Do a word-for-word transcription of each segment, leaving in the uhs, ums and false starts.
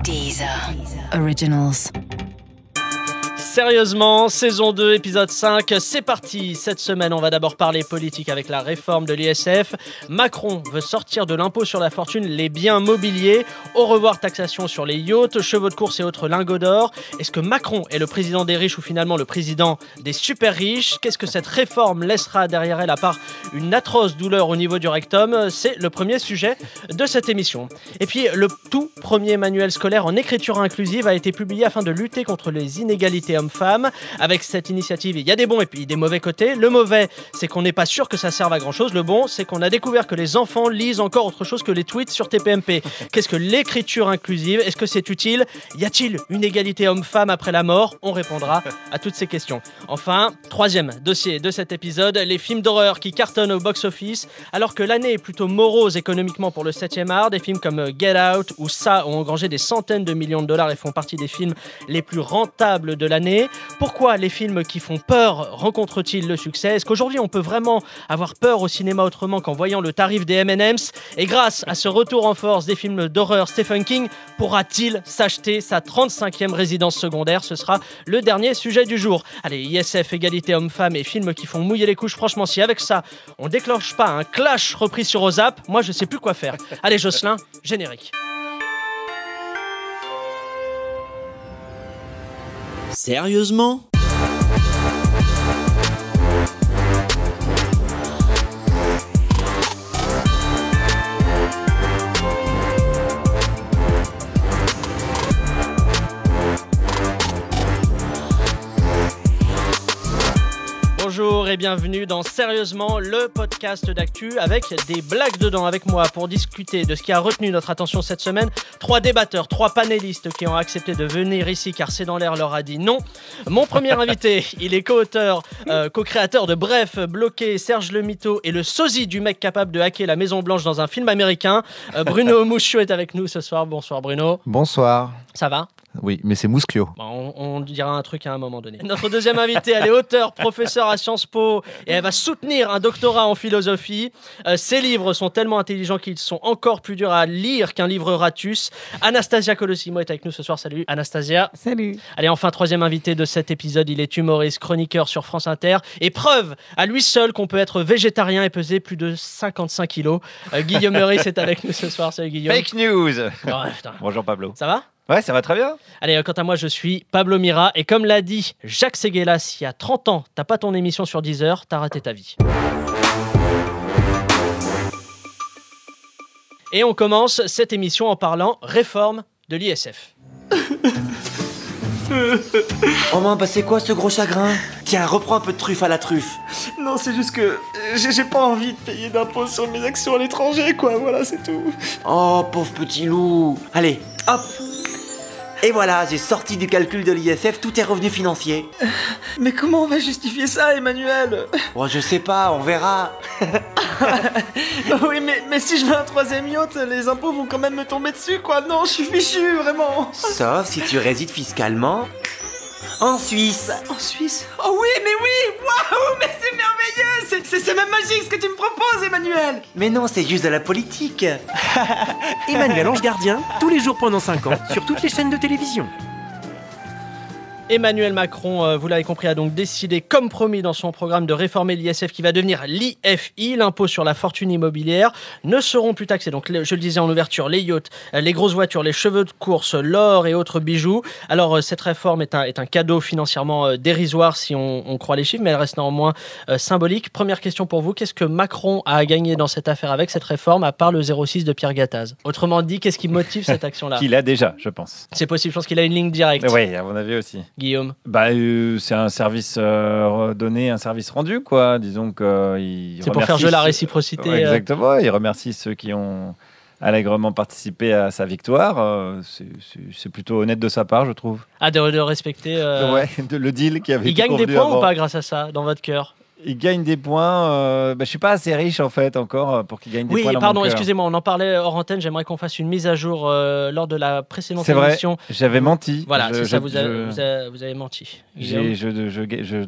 Deezer Originals. Sérieusement, saison deux, épisode cinq, c'est parti. Cette semaine, on va d'abord parler politique avec la réforme de l'I S F. Macron veut sortir de l'impôt sur la fortune les biens mobiliers. Au revoir taxation sur les yachts, chevaux de course et autres lingots d'or. Est-ce que Macron est le président des riches ou finalement le président des super riches? Qu'est-ce que cette réforme laissera derrière elle à part une atroce douleur au niveau du rectum? C'est le premier sujet de cette émission. Et puis, le tout premier manuel scolaire en écriture inclusive a été publié afin de lutter contre les inégalités hommes-femmes. Avec cette initiative, il y a des bons et puis des mauvais côtés. Le mauvais, c'est qu'on n'est pas sûr que ça serve à grand-chose. Le bon, c'est qu'on a découvert que les enfants lisent encore autre chose que les tweets sur T P M P. Qu'est-ce que l'écriture inclusive? Est-ce que c'est utile? Y a-t-il une égalité homme-femme après la mort? On répondra à toutes ces questions. Enfin, troisième dossier de cet épisode, les films d'horreur qui cartonnent au box-office. Alors que l'année est plutôt morose économiquement pour le septième art, des films comme Get Out ou Ça ont engrangé des centaines de millions de dollars et font partie des films les plus rentables de l'année. Pourquoi les films qui font peur rencontrent-ils le succès? Est-ce qu'aujourd'hui on peut vraiment avoir peur au cinéma autrement qu'en voyant le tarif des M and M's? Et grâce à ce retour en force des films d'horreur, Stephen King pourra-t-il s'acheter sa trente-cinquième résidence secondaire? Ce sera le dernier sujet du jour. Allez, I S F, égalité homme-femme et films qui font mouiller les couches. Franchement, si avec ça on déclenche pas un clash repris sur Ozap, moi je sais plus quoi faire. Allez Jocelyn, générique. Sérieusement ? Bonjour et bienvenue dans Sérieusement, le podcast d'actu avec des blagues dedans. Avec moi pour discuter de ce qui a retenu notre attention cette semaine, trois débatteurs, trois panélistes qui ont accepté de venir ici car C'est dans l'air leur a dit non. Mon premier invité, il est co-auteur, euh, co-créateur de Bref, Bloqué, Serge le Mytho et le sosie du mec capable de hacker la Maison Blanche dans un film américain. Euh, Bruno Mouchio est avec nous ce soir. Bonsoir Bruno. Bonsoir. Ça va ? Oui, mais c'est Mousquio. Bon, on, on dira un truc à un moment donné. Notre deuxième invitée, elle est auteure, professeure à Sciences Po et elle va soutenir un doctorat en philosophie. Euh, ses livres sont tellement intelligents qu'ils sont encore plus durs à lire qu'un livre Ratus. Anastasia Colosimo est avec nous ce soir. Salut Anastasia. Salut. Allez, enfin, troisième invité de cet épisode, il est humoriste, chroniqueur sur France Inter et preuve à lui seul qu'on peut être végétarien et peser plus de cinquante-cinq kilos. Euh, Guillaume Meurice est avec nous ce soir. Salut Guillaume. Fake news. Oh, putain. Bonjour Pablo. Ça va ? Ouais, ça va très bien. Allez, quant à moi, je suis Pablo Mira. Et comme l'a dit Jacques Séguélas, il y a trente ans, t'as pas ton émission sur Deezer, t'as raté ta vie. Et on commence cette émission en parlant réforme de l'I S F. Oh man, bah c'est quoi ce gros chagrin? Tiens, reprends un peu de truffe à la truffe. Non, c'est juste que j'ai, j'ai pas envie de payer d'impôts sur mes actions à l'étranger, quoi. Voilà, c'est tout. Oh, pauvre petit loup. Allez, hop. Et voilà, j'ai sorti du calcul de l'I S F tous tes revenus financiers. Mais comment on va justifier ça, Emmanuel? Bon, je sais pas, on verra. Oui, mais, mais si je veux un troisième yacht, les impôts vont quand même me tomber dessus, quoi. Non, je suis fichu, vraiment. Sauf si tu résides fiscalement en Suisse. En Suisse? Oh oui, mais oui. Waouh, mais c'est merveilleux. C'est, c'est, c'est même magique ce que tu me proposes, Emmanuel. Mais non, c'est juste de la politique. Emmanuel Ange Gardien, tous les jours pendant cinq ans, sur toutes les chaînes de télévision. Emmanuel Macron, euh, vous l'avez compris, a donc décidé, comme promis dans son programme, de réformer l'I S F qui va devenir l'I F I, l'impôt sur la fortune immobilière. Ne seront plus taxés, donc je le disais en ouverture, les yachts, les grosses voitures, les cheveux de course, l'or et autres bijoux. Alors euh, cette réforme est un, est un cadeau financièrement euh, dérisoire si on, on croit les chiffres, mais elle reste néanmoins euh, symbolique. Première question pour vous, qu'est-ce que Macron a à gagner dans cette affaire avec cette réforme, à part le zéro six de Pierre Gattaz? Autrement dit, qu'est-ce qui motive cette action-là? Qu'il a déjà, je pense. C'est possible, je pense qu'il a une ligne directe. Oui, à mon avis aussi. Guillaume. Bah, euh, c'est un service euh, donné, un service rendu, quoi. Disons que euh, il c'est pour faire jeu ceux... la réciprocité. Ouais, exactement. Il remercie ceux qui ont allègrement participé à sa victoire. Euh, c'est, c'est, c'est plutôt honnête de sa part, je trouve. Ah, de, de respecter. Euh... Ouais, de, le deal qui avait. Il été gagne des points avant. ou pas grâce à ça dans votre cœur? Il gagne des points. Euh, bah, je suis pas assez riche en fait encore pour qu'il gagne des oui, points. Oui, dans pardon, mon cœur. excusez-moi, on en parlait hors antenne. J'aimerais qu'on fasse une mise à jour euh, lors de la précédente c'est émission. Vrai, j'avais menti. Voilà, je, c'est je, ça, vous, je, avez, vous, avez, vous avez menti. J'ai, je, je, je, je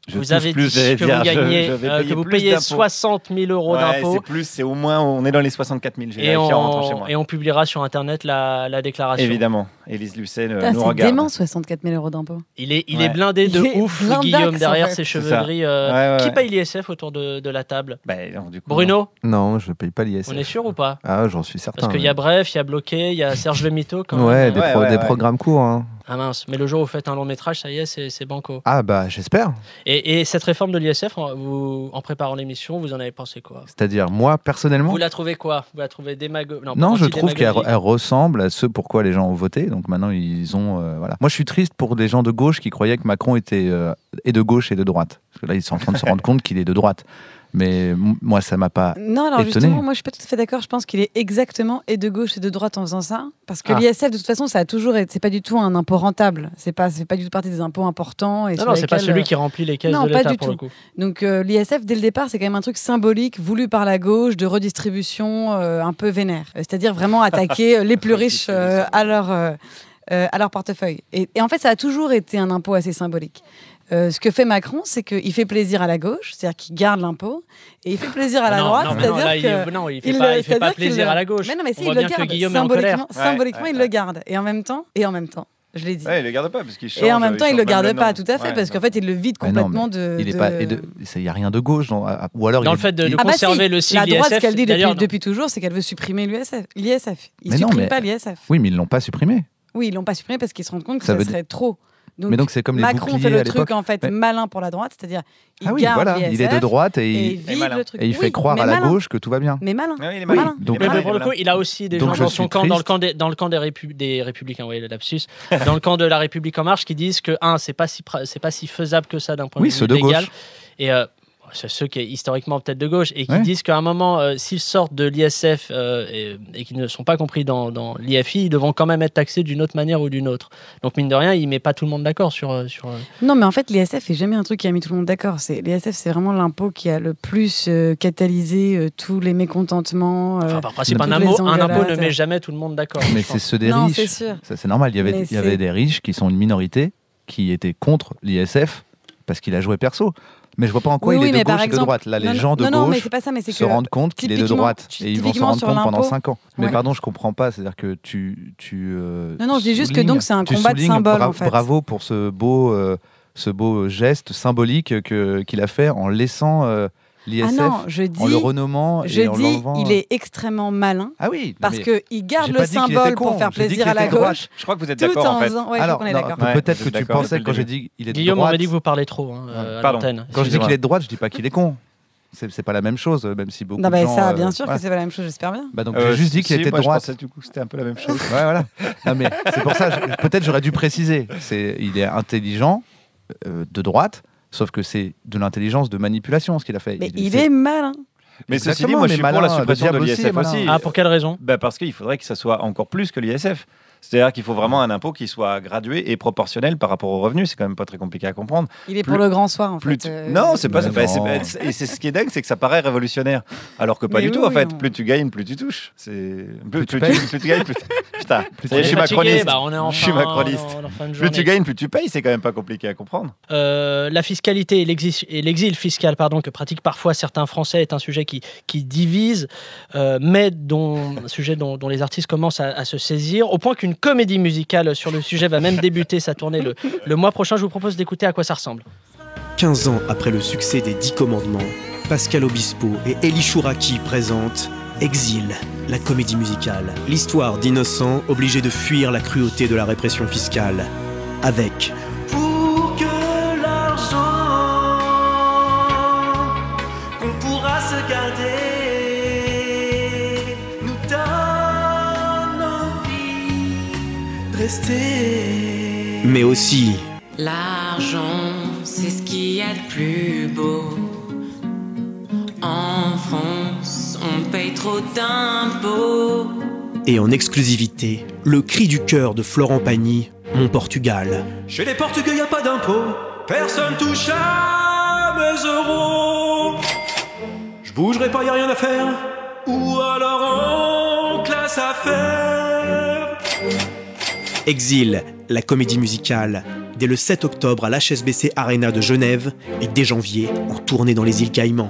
Je vous touche avez plus, dit j'allais que dire, vous je- gagnez, je vais euh, payer que vous plus payez d'impôts. soixante mille euros Ouais, d'impôts. c'est plus, c'est au moins, on est dans les soixante-quatre mille. J'ai Et vérifié en rentrant chez on, moi. et on publiera sur internet la, la déclaration. Évidemment, Élise Lucet euh, Putain, nous c'est regarde. dément, soixante-quatre mille euros d'impôts. Il est, il Ouais. est blindé de Il est ouf, blindax, Guillaume, en derrière fait. ses cheveux C'est ça. gris. euh, Ouais, ouais, Qui ouais. paye l'I S F autour de, de la table? Bah, non, du coup, Bruno, Non, je paye pas l'I S F. on est sûr ou pas? Ah, j'en suis certain. Parce qu'il y a Bref, il y a Bloqué, il y a Serge Le Mito quand Ouais, même. des, Ouais, pro- ouais, des ouais. programmes courts. Hein. Ah mince, mais le jour où vous faites un long métrage, ça y est, c'est c'est banco. Ah bah j'espère. Et, et cette réforme de l'I S F, en- vous, en préparant l'émission, vous en avez pensé quoi? C'est-à-dire moi personnellement. Vous la trouvez quoi? Vous la trouvez démago... Non, je trouve qu'elle anti-démagogique. elle ressemble à ce pourquoi les gens ont voté. Donc maintenant, ils ont. euh, voilà. Moi, je suis triste pour des gens de gauche qui croyaient que Macron était euh, et de gauche et de droite. Parce que là, ils sont en train de se rendre compte qu'il est de droite. Mais m- moi, ça m'a pas. Non, alors étonné. justement, moi je suis pas tout à fait d'accord. Je pense qu'il est exactement et de gauche et de droite en faisant ça. Parce que Ah. l'I S F, de toute façon, ça a toujours été. C'est pas du tout un impôt rentable. C'est pas, c'est pas du tout partie des impôts importants. Et Non, sur non, c'est pas lesquels, celui euh, qui remplit les caisses non, de pas l'État du pour le tout. coup. Donc euh, l'I S F, dès le départ, c'est quand même un truc symbolique voulu par la gauche de redistribution euh, un peu vénère. Euh, C'est-à-dire vraiment attaquer euh, les plus riches euh, à, leur, euh, euh, à leur portefeuille. Et, et en fait, ça a toujours été un impôt assez symbolique. Euh, ce que fait Macron, c'est qu'il fait plaisir à la gauche, c'est-à-dire qu'il garde l'impôt, et il fait plaisir à la non, droite, non, mais non, c'est-à-dire là, il, que... est- non, il fait il pas, le- il fait pas c'est-à-dire qu'il plaisir le- à la gauche. Mais non, mais si, On il voit le bien que garde. Guillaume est en colère. Symboliquement, symboliquement Ouais, il ouais. le garde. Et en même temps, et en même temps, je l'ai dit. Ouais, il le garde pas parce qu'il change. Et en même temps, il change le garde même pas, nom. tout à fait, Ouais, parce qu'en non. fait, il le vide Mais non, complètement de. Il est de- pas. Et de. Il y a rien de gauche. Dans, ou alors. Dans il le fait de, de Ah bah si, conserver le sigle la droite, I S F, ce qu'elle dit d'ailleurs, depuis, non. depuis toujours, c'est qu'elle veut supprimer l'I S F. L'I S F. Ils Mais non, suppriment mais- pas l'I S F. Oui, mais ils l'ont pas supprimé. Oui, ils l'ont pas supprimé parce qu'ils se rendent compte que Ça ça, veut serait trop. Donc, Mais donc c'est comme les Macron boucliers fait le à truc l'époque. en fait Mais- malin pour la droite, c'est-à-dire il Ah oui, garde voilà. l'I S F Il est de droite et et il il, vide malin. le truc. et il fait Oui, croire mais à la malin. gauche que tout va bien. Mais malin. Ouais, il est Malin. malin. Donc, Il est Mais malin, pour le voilà. coup, il a aussi des Donc gens je dans suis son camp, dans le triste. camp des, dans le camp des, répu- des républicains, oui, le lapsus, dans le camp de la République en marche, qui disent que un, c'est pas si pra- c'est pas si faisable que ça d'un point Oui, de vue ceux de légal, gauche. et euh, c'est ceux qui est historiquement peut-être de gauche et qui Ouais. disent qu'à un moment, euh, s'ils sortent de l'I S F euh, et, et qui ne sont pas compris dans, dans l'I F I, ils devront quand même être taxés d'une autre manière ou d'une autre. Donc mine de rien, il met pas tout le monde d'accord sur euh, sur. euh, Non, mais en fait, l'I S F est jamais un truc qui a mis tout le monde d'accord. C'est l'I S F, c'est vraiment l'impôt qui a le plus euh, catalysé euh, tous les mécontentements. euh, Enfin, par principe, toutes un, les impôt, un impôt ne engueulades. met jamais tout le monde d'accord. Mais je c'est pense. ceux des Non, riches. c'est sûr. Ça, c'est normal. Il y avait, Mais il y avait c'est- des riches qui sont une minorité qui étaient contre l'I S F parce qu'il a joué perso. Mais je vois pas en quoi Oui, il oui, est de mais par gauche et de exemple- droite. Là, les non, gens de non, non, mais gauche c'est pas ça, mais c'est se que rendent compte qu'il est de typiquement- droite et ils vont s'en typiquement rendre sur compte pendant l'impôt- cinq ans. Mais Ouais. pardon, je comprends pas. C'est-à-dire que tu, tu euh, Non, non, je dis juste que soulignes- donc c'est un tu combat de soulignes symboles, bra- en fait. Bravo pour ce beau, euh, ce beau geste symbolique que qu'il a fait en laissant euh, l'I S F, Ah non, je dis, en le renommant je et en dis, l'enlevant. il est extrêmement malin Ah oui, non, parce mais que il garde j'ai le pas dit qu'il était symbole con, pour faire j'ai dit plaisir qu'il à la était de droite. gauche. Je crois que vous êtes Tout d'accord en en fait. faisant. Ouais, je Alors, crois qu'on est non, d'accord. que Ouais, peut-être vous que êtes tu d'accord pensais depuis quand le j'ai début. dit il est de Guillaume, on droite. m'a dit que vous parlez trop hein, euh, à Pardon. l'antenne. Quand je dis Excusez-moi. qu'il est de droite, je dis pas qu'il est con. C'est c'est pas la même chose, même si beaucoup Non, de bah, gens. ça, euh, bien sûr voilà. que c'est pas la même chose, j'espère bien. Bah donc Euh, j'ai juste dit qu'il si, était de moi, je droite. pensais du coup que c'était un peu la même chose. Ouais, voilà. Non, mais c'est pour ça, je- peut-être j'aurais dû préciser. C'est, il est intelligent, euh, de droite, sauf que c'est de l'intelligence de manipulation ce qu'il a fait. Mais il c'est- est malin. Mais ceci dit, Exactement, moi je mais suis pour malin, la le suppression de diable l'I S aussi est F malin. aussi. Ah, pour quelle raison? Bah parce qu'il faudrait que ça soit encore plus que l'I S F. C'est-à-dire qu'il faut vraiment un impôt qui soit gradué et proportionnel par rapport aux revenus. C'est quand même pas très compliqué à comprendre. Il est Plus- pour le grand soir, en Plus fait. tu- euh, Non, c'est pas ça. Mais Bah, c'est non. pas- Et c'est ce qui est dingue, c'est que ça paraît révolutionnaire. Alors que pas Mais du tout, oui, en fait. non. Plus tu gagnes, plus tu touches. C'est plus, Plus tu plus payes. tu, plus tu gagnes, plus. Putain, Plus ça y est, On je est suis fatigué, macroniste. bah, on est en Je suis fin- macroniste. en- en fin de Plus journée. tu gagnes, plus tu payes. C'est quand même pas compliqué à comprendre. Euh, la fiscalité et l'exil, et l'exil fiscal pardon, que pratiquent parfois certains Français est un sujet qui, qui divise, euh, mais dont, un sujet dont, dont les artistes commencent à, à se saisir, au point qu'une comédie musicale sur le sujet va même débuter sa tournée le, le mois prochain. Je vous propose d'écouter à quoi ça ressemble. quinze ans après le succès des Dix Commandements, Pascal Obispo et Elie Chouraki présentent Exil, la comédie musicale. L'histoire d'innocents obligés de fuir la cruauté de la répression fiscale. Avec Pour que l'argent qu'on pourra se garder nous donne envie de rester. mais aussi L'argent, c'est ce qu'il y a de plus beau. En France, on paye trop d'impôts. et en exclusivité, le cri du cœur de Florent Pagny, Mon Portugal. Chez les Portugais, y a pas d'impôt. Personne touche à mes euros. Je bougerai pas, y a rien à faire. Ou alors en classe à faire. Exil, la comédie musicale, dès le sept octobre à l'H S B C Arena de Genève et dès janvier en tournée dans les îles Caïmans.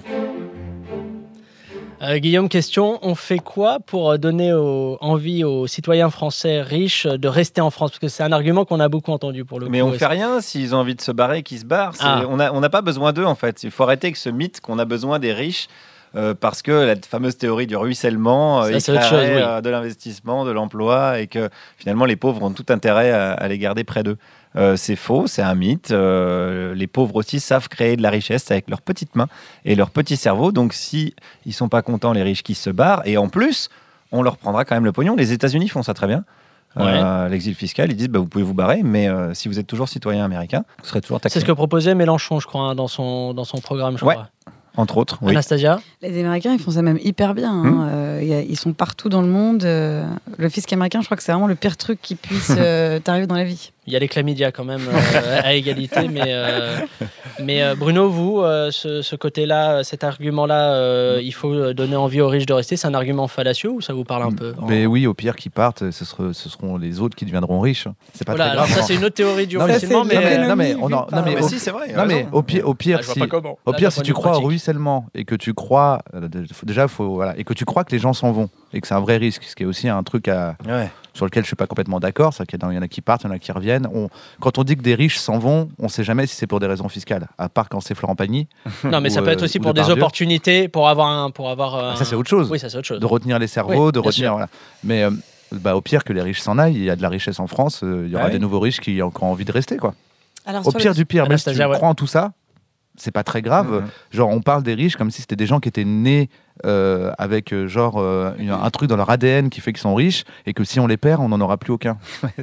Euh, Guillaume, question, on fait quoi pour donner au, envie aux citoyens français riches de rester en France? Parce que c'est un argument qu'on a beaucoup entendu pour le coup. Mais on fait rien s'ils ont envie de se barrer, qu'ils se barrent. C'est- Ah. On n'a on n'a pas besoin d'eux en fait. Il faut arrêter avec ce mythe qu'on a besoin des riches. euh, parce que la fameuse théorie du ruissellement euh, Ça, c'est autre créerait, chose, oui. euh, de l'investissement, de l'emploi, et que finalement les pauvres ont tout intérêt à, à les garder près d'eux. Euh, c'est faux, c'est un mythe. Euh, les pauvres aussi savent créer de la richesse avec leurs petites mains et leur petit cerveau. Donc si ils sont pas contents, les riches qui se barrent, et en plus, on leur prendra quand même le pognon. Les États-Unis font ça très bien. Euh, l'exil fiscal, ils disent bah, vous pouvez vous barrer, mais euh, si vous êtes toujours citoyen américain, vous serez toujours taxé. C'est ce que proposait Mélenchon, je crois, hein, dans, son, dans son programme, je Ouais. crois. Entre autres, oui. Anastasia? Les Américains, ils font ça même hyper bien. hein. Mmh. Euh, y a- ils sont partout dans le monde. euh, le fisc américain, je crois que c'est vraiment le pire truc qui puisse euh, t'arriver dans la vie. Il y a les chlamydia quand même euh, à égalité, mais, euh, mais euh, Bruno, vous, euh, ce, ce côté-là, cet argument-là, euh, il faut donner envie aux riches de rester, c'est un argument fallacieux ou ça vous parle un peu? Mais oui, au pire, qui partent, ce, sera- ce seront les autres qui deviendront riches. C'est pas Voilà, très alors grave. ça, c'est une autre théorie du Non, mais- ruissellement, c'est mais, de euh, non, mais, l'économie on en- vue non, mais par- Mais au- si, c'est vrai. il a non, mais raison. au pire, au ah, pire, je vois si, pas comment. au Là, pire, d'un si point tu de vue crois au pratique. ruissellement et que tu crois, euh, de- déjà, faut, voilà, et que tu crois que les gens s'en vont et que c'est un vrai risque, ce qui est aussi un truc à, Ouais. sur lequel je suis pas complètement d'accord, c'est qu'il y en a- il y en a qui partent, il y en a qui reviennent. On, quand on dit que des riches s'en vont, on sait jamais si c'est pour des raisons fiscales, à part quand c'est Florent Pagny. Non, mais ça ou, peut être euh, aussi ou pour des Depardieu. opportunités, pour avoir un. Pour avoir un- Ça, c'est autre chose. Oui, ça, c'est autre chose. De retenir les cerveaux, Oui, de bien retenir. sûr. Voilà. Mais euh, bah, au pire, que les riches s'en aillent, il y a de la richesse en France, euh, il y aura Ah oui. des nouveaux riches qui ont encore envie de rester. Quoi. Alors, Au sur pire le- du pire, même si tu Anastasia, ouais. crois en tout ça, c'est pas très grave. Mhm. Genre, on parle des riches comme si c'était des gens qui étaient nés euh, avec euh, genre euh, une- un truc dans leur A D N qui fait qu'ils sont riches et que si on les perd, on n'en aura plus aucun.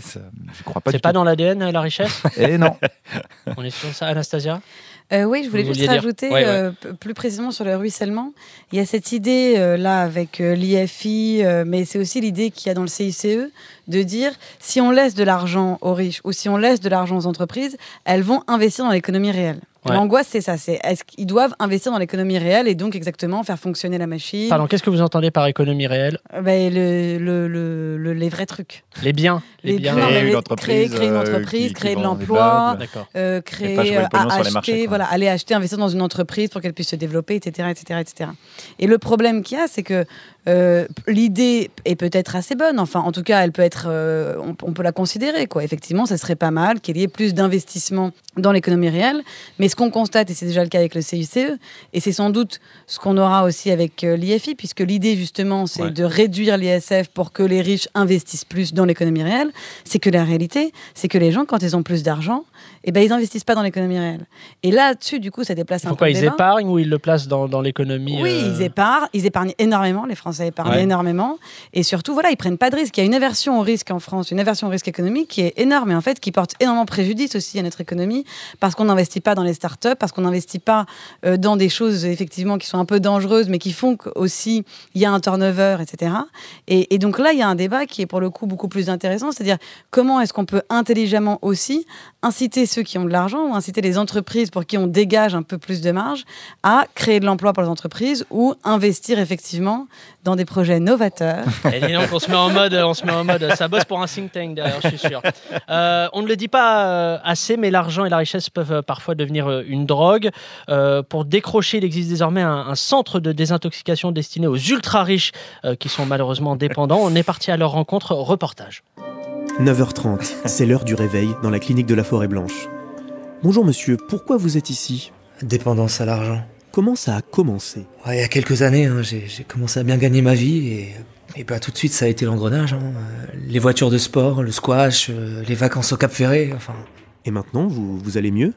Je crois pas C'est du pas tout. dans l'A D N, la richesse? Et non. On est sur ça, Anastasia? Euh, oui, je voulais Vous juste vouliez dire rajouter Ouais, ouais. euh, p- plus précisément sur le ruissellement. Il y a cette idée euh, là avec euh, l'I F I, euh, mais c'est aussi l'idée qu'il y a dans le C I C E de dire si on laisse de l'argent aux riches ou si on laisse de l'argent aux entreprises, elles vont investir dans l'économie réelle. Ouais. L'angoisse, c'est ça, c'est est-ce qu'ils doivent investir dans l'économie réelle et donc exactement faire fonctionner la machine, Pardon, qu'est-ce que vous entendez par économie réelle? Euh, ben, le, le- le- le- les vrais trucs. Les biens. Les, Les biens. biens, Créer mais une les- entreprise, créer, créer une euh, entreprise, qui- créer qui de vend des l'emploi, meubles. D'accord. euh, pas créer, jouer le euh, pognon à sur les acheter, marchés, quoi. voilà, aller acheter, investir dans une entreprise pour qu'elle puisse se développer, et cetera, et cetera, et cetera. Et le problème qu'il y a, c'est que euh, l'idée est peut-être assez bonne. Enfin, en tout cas, elle peut être, euh, on, on peut la considérer, quoi. Effectivement, ça serait pas mal qu'il y ait plus d'investissement dans l'économie réelle. Mais ce qu'on constate, et c'est déjà le cas avec le C I C E, et c'est sans doute ce qu'on aura aussi avec euh, l'I F I, puisque l'idée justement, c'est Ouais. de réduire l'I S F pour que les riches investissent plus dans l'économie réelle. C'est que la réalité, c'est que les gens, quand ils ont plus d'argent, eh ben, ils investissent pas dans l'économie réelle. Et là-dessus, du coup, ça déplace un peu Pourquoi le ils débat. épargnent ou ils le placent dans, dans l'économie? Oui, euh, ils épargnent, ils épargnent énormément, les Français épargnent Ouais. énormément, et surtout, voilà, ils prennent pas de risque. Il y a une aversion au risque en France, une aversion au risque économique qui est énorme, et en fait, qui porte énormément préjudice aussi à notre économie, parce qu'on n'investit pas dans les startups, parce qu'on n'investit pas euh, dans des choses, effectivement, qui sont un peu dangereuses, mais qui font qu'aussi, il y a un turnover, et cetera. Et, et donc là, il y a un débat qui est pour le coup beaucoup plus intéressant, c'est-à-dire comment est-ce qu'on peut intelligemment aussi inciter ceux qui ont de l'argent ou inciter les entreprises pour qui on dégage un peu plus de marge à créer de l'emploi pour les entreprises ou investir effectivement dans des projets novateurs. Et dis donc, on se met en mode, on se met en mode, ça bosse pour un think tank derrière, je suis sûr. Euh, on ne le dit pas euh, assez, mais l'argent et la richesse peuvent euh, parfois devenir euh, une drogue. Euh, pour décrocher, il existe désormais un, un centre de désintoxication destiné aux ultra riches euh, qui sont malheureusement dépendants. On est parti à leur rencontre. Reportage. neuf heures trente, c'est l'heure du réveil dans la clinique de la Forêt Blanche. Bonjour monsieur, pourquoi vous êtes ici? Dépendance à l'argent. Comment ça a commencé? Ouais, il y a quelques années, hein, j'ai, j'ai commencé à bien gagner ma vie et, et bah, tout de suite ça a été l'engrenage. Hein. Euh, Les voitures de sport, le squash, euh, les vacances au Cap Ferré, enfin... Et maintenant, vous, vous allez mieux?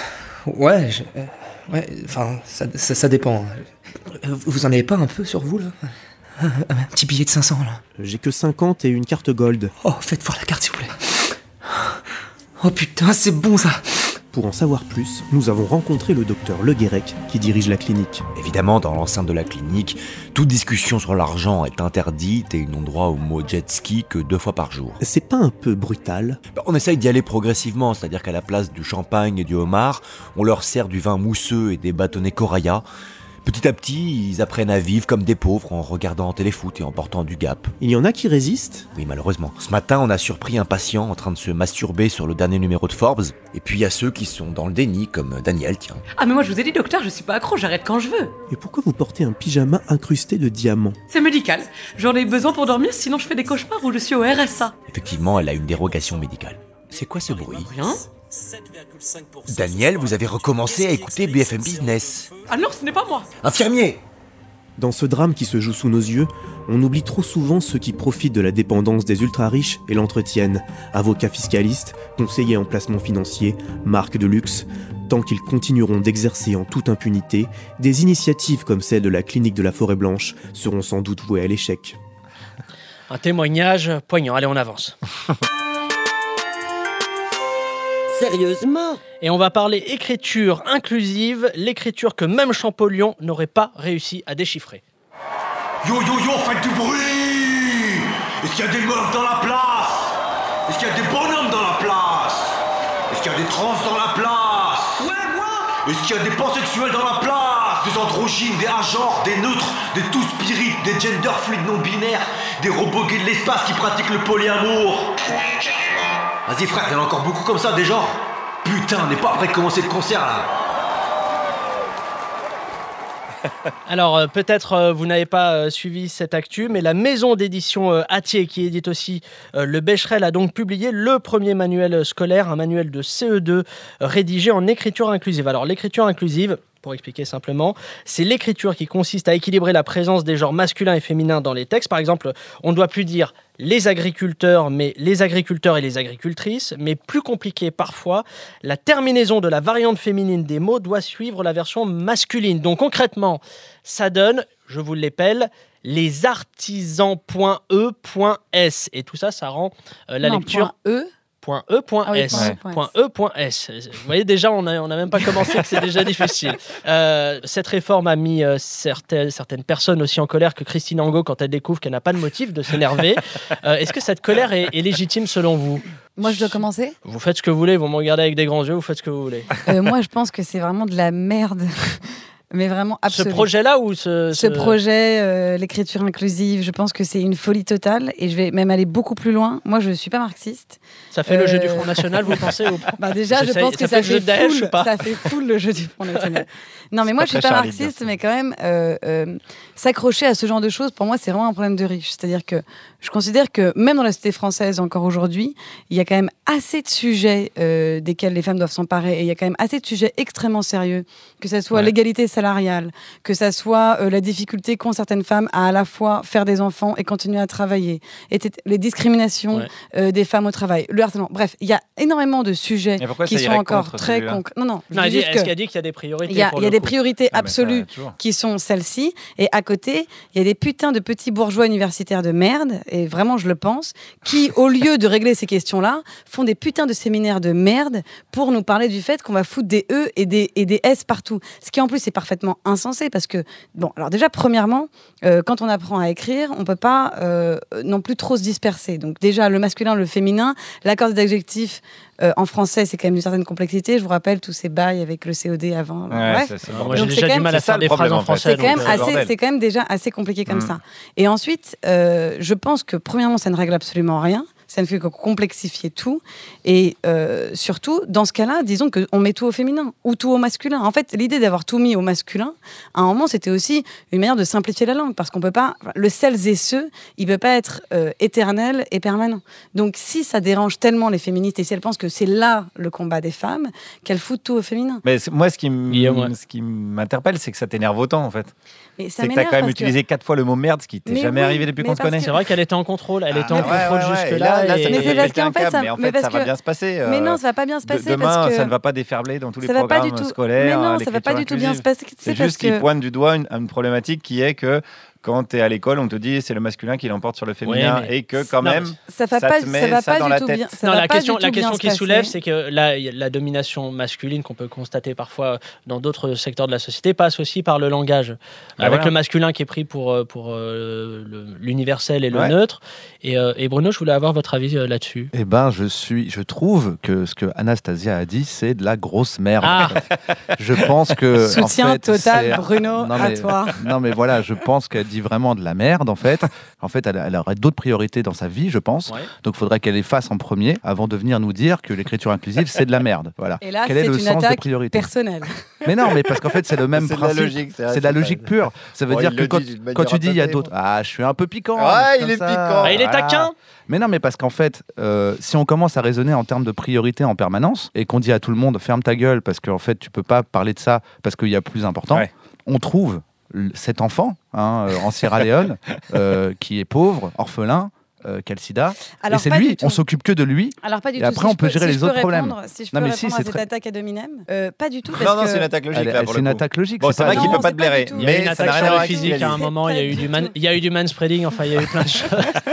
Ouais, je- euh, ouais, enfin, ça, ça, ça dépend. Euh, Vous en avez pas un peu sur vous, là? Un, un petit billet de cinq cents, là. J'ai que cinquante et une carte gold. Oh, faites voir la carte, s'il vous plaît. Oh putain, c'est bon, ça. Pour en savoir plus, nous avons rencontré le docteur Le Guérec qui dirige la clinique. Évidemment, dans l'enceinte de la clinique, toute discussion sur l'argent est interdite et ils n'ont droit au mot jet ski que deux fois par jour. C'est pas un peu brutal? Bah, on essaye d'y aller progressivement, c'est-à-dire qu'à la place du champagne et du homard, on leur sert du vin mousseux et des bâtonnets Coraya. Petit à petit, ils apprennent à vivre comme des pauvres en regardant téléfoot et en portant du Gap. Il y en a qui résistent. Oui, malheureusement. Ce matin, on a surpris un patient en train de se masturber sur le dernier numéro de Forbes. Et puis il y a ceux qui sont dans le déni, comme Daniel, tiens. Ah mais moi je vous ai dit docteur, je suis pas accro, j'arrête quand je veux. Et pourquoi vous portez un pyjama incrusté de diamants? C'est médical. J'en ai besoin pour dormir, sinon je fais des cauchemars ou je suis au R S A. Effectivement, elle a une dérogation médicale. C'est quoi ce bruit? Rien. Daniel, vous avez recommencé à écouter B F M Business. Ah non, ce n'est pas moi. Infirmier! Dans ce drame qui se joue sous nos yeux, on oublie trop souvent ceux qui profitent de la dépendance des ultra-riches et l'entretiennent. Avocats fiscalistes, conseillers en placement financier, marques de luxe. Tant qu'ils continueront d'exercer en toute impunité, des initiatives comme celle de la clinique de la Forêt Blanche seront sans doute vouées à l'échec. Un témoignage poignant. Allez, on avance. Sérieusement? Et on va parler écriture inclusive, l'écriture que même Champollion n'aurait pas réussi à déchiffrer. Yo yo yo, faites du bruit! Est-ce qu'il y a des meufs dans la place? Est-ce qu'il y a des bonhommes dans la place? Est-ce qu'il y a des trans dans la place? Ouais, moi! Est-ce qu'il y a des pansexuels dans la place? Des androgynes, des agenres, des neutres, des tout-spirites, des gender fluides non-binaires, des robots gays de l'espace qui pratiquent le polyamour. Vas-y frère, il y en a encore beaucoup comme ça des genres. Putain, on n'est pas prêt de commencer le concert là. Alors euh, peut-être euh, vous n'avez pas euh, suivi cette actu, mais la maison d'édition euh, Hatier, qui édite aussi euh, le Becherel, a donc publié le premier manuel scolaire, un manuel de C E deux euh, rédigé en écriture inclusive. Alors l'écriture inclusive, pour expliquer simplement, c'est l'écriture qui consiste à équilibrer la présence des genres masculins et féminins dans les textes. Par exemple, on ne doit plus dire les agriculteurs, mais les agriculteurs et les agricultrices. Mais plus compliqué parfois, la terminaison de la variante féminine des mots doit suivre la version masculine. Donc concrètement, ça donne, je vous l'épelle, les artisans.e.s. Et tout ça, ça rend euh, la non, lecture... E Point E, point ah oui, S. point E, Point E, point S. Vous voyez, déjà, on n'a on a même pas commencé, que c'est déjà difficile. Euh, cette réforme a mis euh, certaines, certaines personnes aussi en colère que Christine Angot quand elle découvre qu'elle n'a pas de motif de s'énerver. Euh, est-ce que cette colère est, est légitime selon vous? Moi, je dois commencer? Vous faites ce que vous voulez, vous me regardez avec des grands yeux, vous faites ce que vous voulez. euh, Moi, je pense que c'est vraiment de la merde. Mais vraiment absolu. Ce projet-là ou ce... Ce, ce projet, euh, l'écriture inclusive, je pense que c'est une folie totale et je vais même aller beaucoup plus loin. Moi, je ne suis pas marxiste. Ça fait euh... le jeu du Front National, vous pensez ou pas? Bah déjà, je pense que ça, ça fait, fait full, ça fait full le jeu du Front National. Non, mais moi, je ne suis pas marxiste, mais quand même, euh, euh, s'accrocher à ce genre de choses, pour moi, c'est vraiment un problème de riche. C'est-à-dire que je considère que même dans la société française, encore aujourd'hui, il y a quand même assez de sujets euh, desquels les femmes doivent s'emparer et il y a quand même assez de sujets extrêmement sérieux, que ce soit ouais. l'égalité salariale, que ça soit euh, la difficulté qu'ont certaines femmes à à la fois faire des enfants et continuer à travailler, et les discriminations ouais. euh, des femmes au travail, le harcèlement. Bref, il y a énormément de sujets qui sont encore très concrets. Non, non. non dit, est-ce qu'elle dit qu'il y a des priorités? Il y a, il y a des priorités ah, absolues qui sont celles-ci, et à côté, il y a des putains de petits bourgeois universitaires de merde, et vraiment, je le pense, qui, au lieu de régler ces questions-là, font des putains de séminaires de merde pour nous parler du fait qu'on va foutre des E et des, et des S partout. Ce qui, en plus, est parfaitement insensé parce que, bon, alors déjà, premièrement, euh, quand on apprend à écrire, on peut pas euh, non plus trop se disperser. Donc déjà, le masculin, le féminin, l'accord des adjectifs euh, en français, c'est quand même une certaine complexité. Je vous rappelle tous ces bails avec le C O D avant. Ouais, ouais. C'est, c'est Moi, j'ai déjà du mal à faire des phrases en français. C'est quand, même assez, c'est quand même déjà assez compliqué comme mmh. ça. Et ensuite, euh, je pense que, premièrement, ça ne règle absolument rien. Ça ne fait que complexifier tout. Et euh, surtout, dans ce cas-là, disons qu'on met tout au féminin ou tout au masculin. En fait, l'idée d'avoir tout mis au masculin, à un moment, c'était aussi une manière de simplifier la langue. Parce qu'on peut pas... Le celles et ceux, il ne peut pas être euh, éternel et permanent. Donc, si ça dérange tellement les féministes et si elles pensent que c'est là le combat des femmes, qu'elles foutent tout au féminin. Mais moi, ce qui, m- ouais. ce qui m'interpelle, c'est que ça t'énerve autant, en fait. Mais ça c'est que tu as quand même utilisé que... quatre fois le mot merde, ce qui t'est mais jamais oui, arrivé depuis qu'on te connaît. Que... C'est vrai qu'elle était en contrôle. Elle ah, était en ouais, contrôle ouais, jusque-là. Là, là, et... ça mais c'est parce qu'en fait, ça, mais en fait, mais ça que... va bien se passer. Mais non, ça va pas bien se passer. De, demain, parce que... ça ne va pas déferler dans tous les ça programmes tout... scolaires. Mais non, ça va pas du tout bien se passer. C'est juste qu'ils pointent du doigt une, une problématique qui est que quand tu es à l'école, on te dit c'est le masculin qui l'emporte sur le féminin, Oui, mais et que quand non, même, Ça va ça pas, te met ça va ça pas dans du la tout tête. bien. Ça Non, va la pas question, du la tout bien question se qui soulève, passer. c'est que la, la domination masculine qu'on peut constater parfois dans d'autres secteurs de la société passe aussi par le langage, Bah avec voilà. le masculin qui est pris pour, euh, pour euh, le- l'universel et le Ouais. neutre. Et, euh, et Bruno, je voulais avoir votre avis euh, là-dessus. Eh ben, je suis, je trouve que ce que Anastasia a dit, c'est de la grosse merde. Ah. en fait. Je pense que Soutien en fait, total, c'est- Bruno, non, à mais, toi. Non mais voilà, je pense qu'elle dit vraiment de la merde en fait. En fait, elle, elle aurait d'autres priorités dans sa vie, je pense. Ouais. Donc, il faudrait qu'elle les fasse en premier avant de venir nous dire que l'écriture inclusive c'est de la merde. Voilà. Et là, Quel est c'est le une sens de attaque priorité personnelle. Mais non, mais parce qu'en fait, c'est le même C'est de la principe. logique, c'est vrai, c'est de la c'est pas- logique pure. Ça veut Bon, dire il que le quand, dit d'une manière quand tu dis il y a ratonnée, d'autres, bon. ah, je suis un peu piquant. Ouais, comme il est ça. piquant. Ah, il est Voilà. taquin. Mais non, mais parce qu'en fait, euh, si on commence à raisonner en termes de priorité en permanence et qu'on dit à tout le monde ferme ta gueule parce qu'en fait tu peux pas parler de ça parce qu'il y a plus important, Ouais. on trouve l- cet enfant hein, euh, en Sierra Leone euh, qui est pauvre, orphelin, euh, qui a le sida, Alors, et c'est pas lui, du tout. on s'occupe que de lui. Alors pas du Et tout. après, Si on je peut peux- gérer si les je peux autres problèmes. répondre- Si je Non, peux mais si, répondre c'est à cette très- attaque ad hominem, euh, pas du tout. Parce Non, non, que... c'est une attaque logique. Elle- là, elle- pour c'est le une coup. attaque logique. Bon, c'est c'est pas- vrai qu'il Non, peut pas c'est te pas blairer, du tout. Il y a eu une mais ça attaque n'a rien sur à le voir avec physique ce qu'il à a un dit. moment, il y a eu du man- il y a eu du manspreading, enfin il y a eu plein de choses.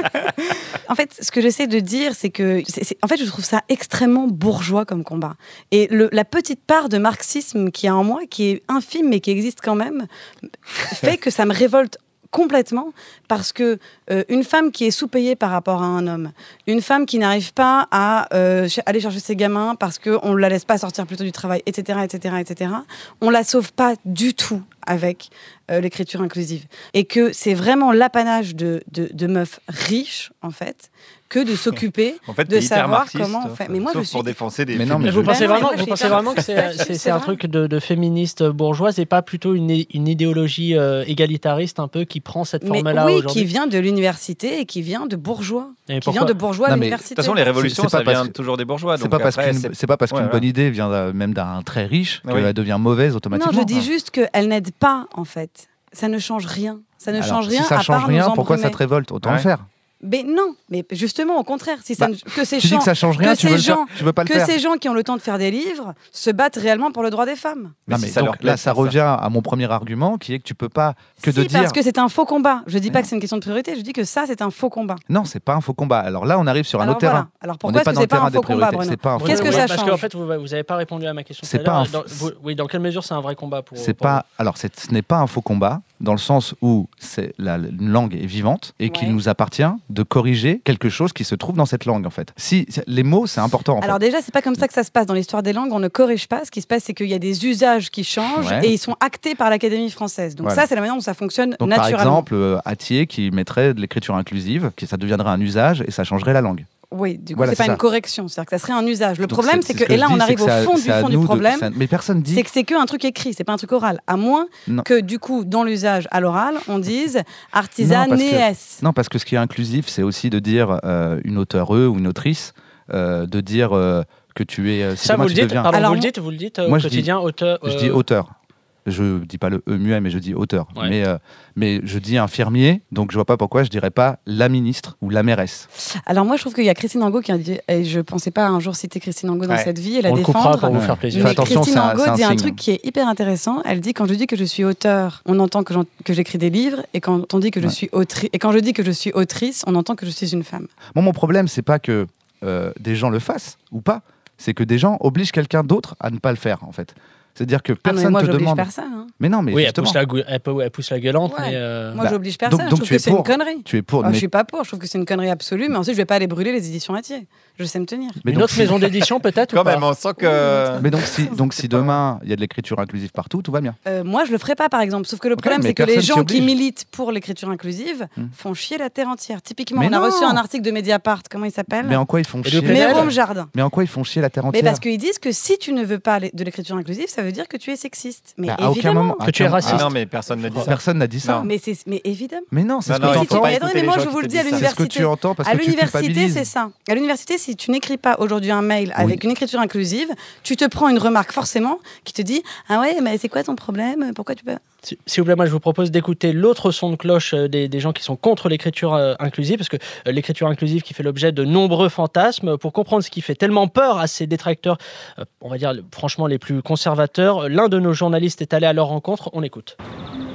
En fait, ce que j'essaie de dire, c'est que, c'est- c'est- en fait, je trouve ça extrêmement bourgeois comme combat. Et le- la petite part de marxisme qu'il y a en moi, qui est infime mais qui existe quand même, fait que ça me révolte complètement parce que euh, une femme qui est sous-payée par rapport à un homme, une femme qui n'arrive pas à euh, ch- aller chercher ses gamins parce qu'on ne la laisse pas sortir plus tôt du travail, et cetera, et cetera, et cetera, on la sauve pas du tout avec euh, l'écriture inclusive. Et que c'est vraiment l'apanage de, de, de meufs riches, en fait, que de s'occuper En fait, de t'es hyper savoir marxiste, comment on fait. Mais moi, sauf je suis... pour défoncer des. Mais non, mais Mais vous je- pensez Ben non, vraiment, mais moi, vous je pensez suis vraiment que hyper- c'est, c'est, c'est c'est un vrai. truc de, de féministe bourgeoise et pas plutôt une, une idéologie euh, égalitariste un peu qui prend cette Mais forme-là oui, aujourd'hui. qui vient de l'université et qui vient de bourgeois. Et Qui pourquoi vient de bourgeois à Non, mais- l'université. De toute façon, les révolutions, C'est- c'est ça pas vient parce que- toujours des bourgeois. C'est donc pas parce après, qu'une c'est- c'est pas parce Ouais, qu'une voilà. bonne idée vient d'un- même d'un très riche Oui. qu'elle devient mauvaise Non, automatiquement. je dis juste qu'elle n'aide pas, en fait. Ça ne change rien. Ça ne Alors, change rien Si ça à change part rien, nous pourquoi ça embrumer. te révolte? Autant Ouais. le faire. Mais non, mais justement au contraire, si ça Bah, ne- que ces Tu dis gens, que ça change rien, que tu veux, ces le faire, gens, tu veux pas le que faire. ces gens qui ont le temps de faire des livres se battent réellement pour le droit des femmes. Mais Non, si mais ça donc, leur plaît, là, ça c'est ça. revient à mon premier argument qui est que tu peux pas que si, de dire. parce que c'est un faux combat. Je dis pas que c'est une question de priorité, je dis que ça c'est un faux combat. Non, c'est pas un faux combat. Alors là, on arrive sur un Alors autre voilà. terrain. Alors On pourquoi n'est est-ce pas que dans c'est le pas terrain un des faux combat, priorités. Bruno C'est pas un faux Qu'est-ce que Oui, ça parce change qu'en fait, vous, vous avez pas répondu à ma question. C'est tout à pas un l'heure. Dans- f- vous- oui, dans quelle mesure c'est un vrai combat pour C'est pour pas. Alors, c'est- ce n'est pas un faux combat dans le sens où c'est la une langue est vivante et qu'il Ouais. nous appartient de corriger quelque chose qui se trouve dans cette langue en fait. Si les mots, c'est important en Alors fait. déjà, c'est pas comme ça que ça se passe dans l'histoire des langues. On ne corrige pas. Ce qui se passe, c'est qu'il y a des usages qui changent Ouais. et ils sont actés par l'Académie française. Donc Voilà. ça, c'est la manière dont ça fonctionne Donc par naturellement. exemple, euh, Atier qui mettrait de l'écriture inclusive, qui ça deviendrait un usage et ça changerait la langue. Oui, du coup, Voilà, c'est pas c'est une ça. correction. C'est-à-dire que ça serait un usage. Le Donc, problème, c'est ce que, et je là, dis, on c'est arrive que au c'est à- fond du c'est à fond du nous de- problème. ça- Mais personne dit. C'est que c'est qu'un truc écrit, c'est pas un truc oral. À moins Non. que du coup, dans l'usage à l'oral, on dise artisan Non, parce que- néès. Non, parce que ce qui est inclusif, c'est aussi de dire euh, une auteure ou une autrice, euh, de dire euh, que tu es. euh, si ça, demain vous le tu dites. deviens- Pardon, Alors, vous le moi- dites. Vous le dites euh, Moi, au je dis- quotidien, auteur. Je dis euh, auteur. Je dis pas le E muet, mais je dis auteur. Ouais. Mais, euh, mais je dis infirmier, donc je vois pas pourquoi je dirais pas la ministre ou la mairesse. Alors moi, je trouve qu'il y a Christine Angot qui a dit, et je pensais pas un jour citer Christine Angot dans Ouais. cette vie et la On le défendre. coupera pour vous Ouais. faire plaisir. Fais Mais attention, Christine c'est un- Angot c'est un dit un signe. truc qui est hyper intéressant. Elle dit quand je dis que je suis auteur, on entend que, j'en- que j'écris des livres, et quand on dit que je Ouais. suis autrice, et quand je dis que je suis autrice, on entend que je suis une femme. Moi, mon problème, c'est pas que euh, des gens le fassent ou pas, c'est que des gens obligent quelqu'un d'autre à ne pas le faire, en fait. C'est-à-dire que Ah, mais personne moi, te j'oblige demande. personne. hein. Mais non, mais Oui, elle justement, pousse, la, gou- elle, peut- elle pousse la gueulante, Ouais. mais. euh, Moi, Bah, j'oblige personne. donc- je donc trouve tu que es c'est une pour. connerie. tu es pour. Ah, mais Je suis pas pour. Je trouve que c'est une connerie absolue. Mais ensuite, je vais pas aller brûler les éditions Atier. Je sais me tenir. mais Une donc, autre si- maison d'édition, peut-être ou Quand pas même, on sent que. Mais donc si, donc si demain il y a de l'écriture inclusive partout, tout va bien. Euh, moi, je le ferai pas, par exemple. Sauf que le Ok, problème, mais c'est que les personne gens t'y qui oblige. militent pour l'écriture inclusive Hmm. font chier la terre entière. Typiquement, Mais on a non. reçu un article de Mediapart. Comment il s'appelle Mais en quoi ils font Et chier de Plenel Jérôme Jardin. Mais en quoi ils font chier la terre Mais entière parce qu'ils disent que si tu ne veux pas aller- de l'écriture inclusive, ça veut dire que tu es sexiste. Mais Bah, à aucun évidemment. moment. Que tu es à aucun- raciste. Ah non, mais personne ne dit ça. Personne n'a dit ça. Non. Mais, c'est, mais évidemment. Mais non, c'est Non, ce non, que il tu faut si, entends. pas mais écouter attendez, les moi, gens je qui vous te le dis à disent ça. C'est ce que l'université. tu entends parce À que tu l'université, culpabilises. c'est ça. À l'université, si tu n'écris pas aujourd'hui un mail avec une écriture inclusive, tu te prends une remarque forcément qui te dit ah ouais, mais c'est quoi ton problème Pourquoi tu peux Si- S'il vous plaît, moi je vous propose d'écouter l'autre son de cloche euh, des, des gens qui sont contre l'écriture euh, inclusive, parce que euh, l'écriture inclusive qui fait l'objet de nombreux fantasmes. Pour comprendre ce qui fait tellement peur à ces détracteurs, euh, on va dire franchement les plus conservateurs, l'un de nos journalistes est allé à leur rencontre, on écoute.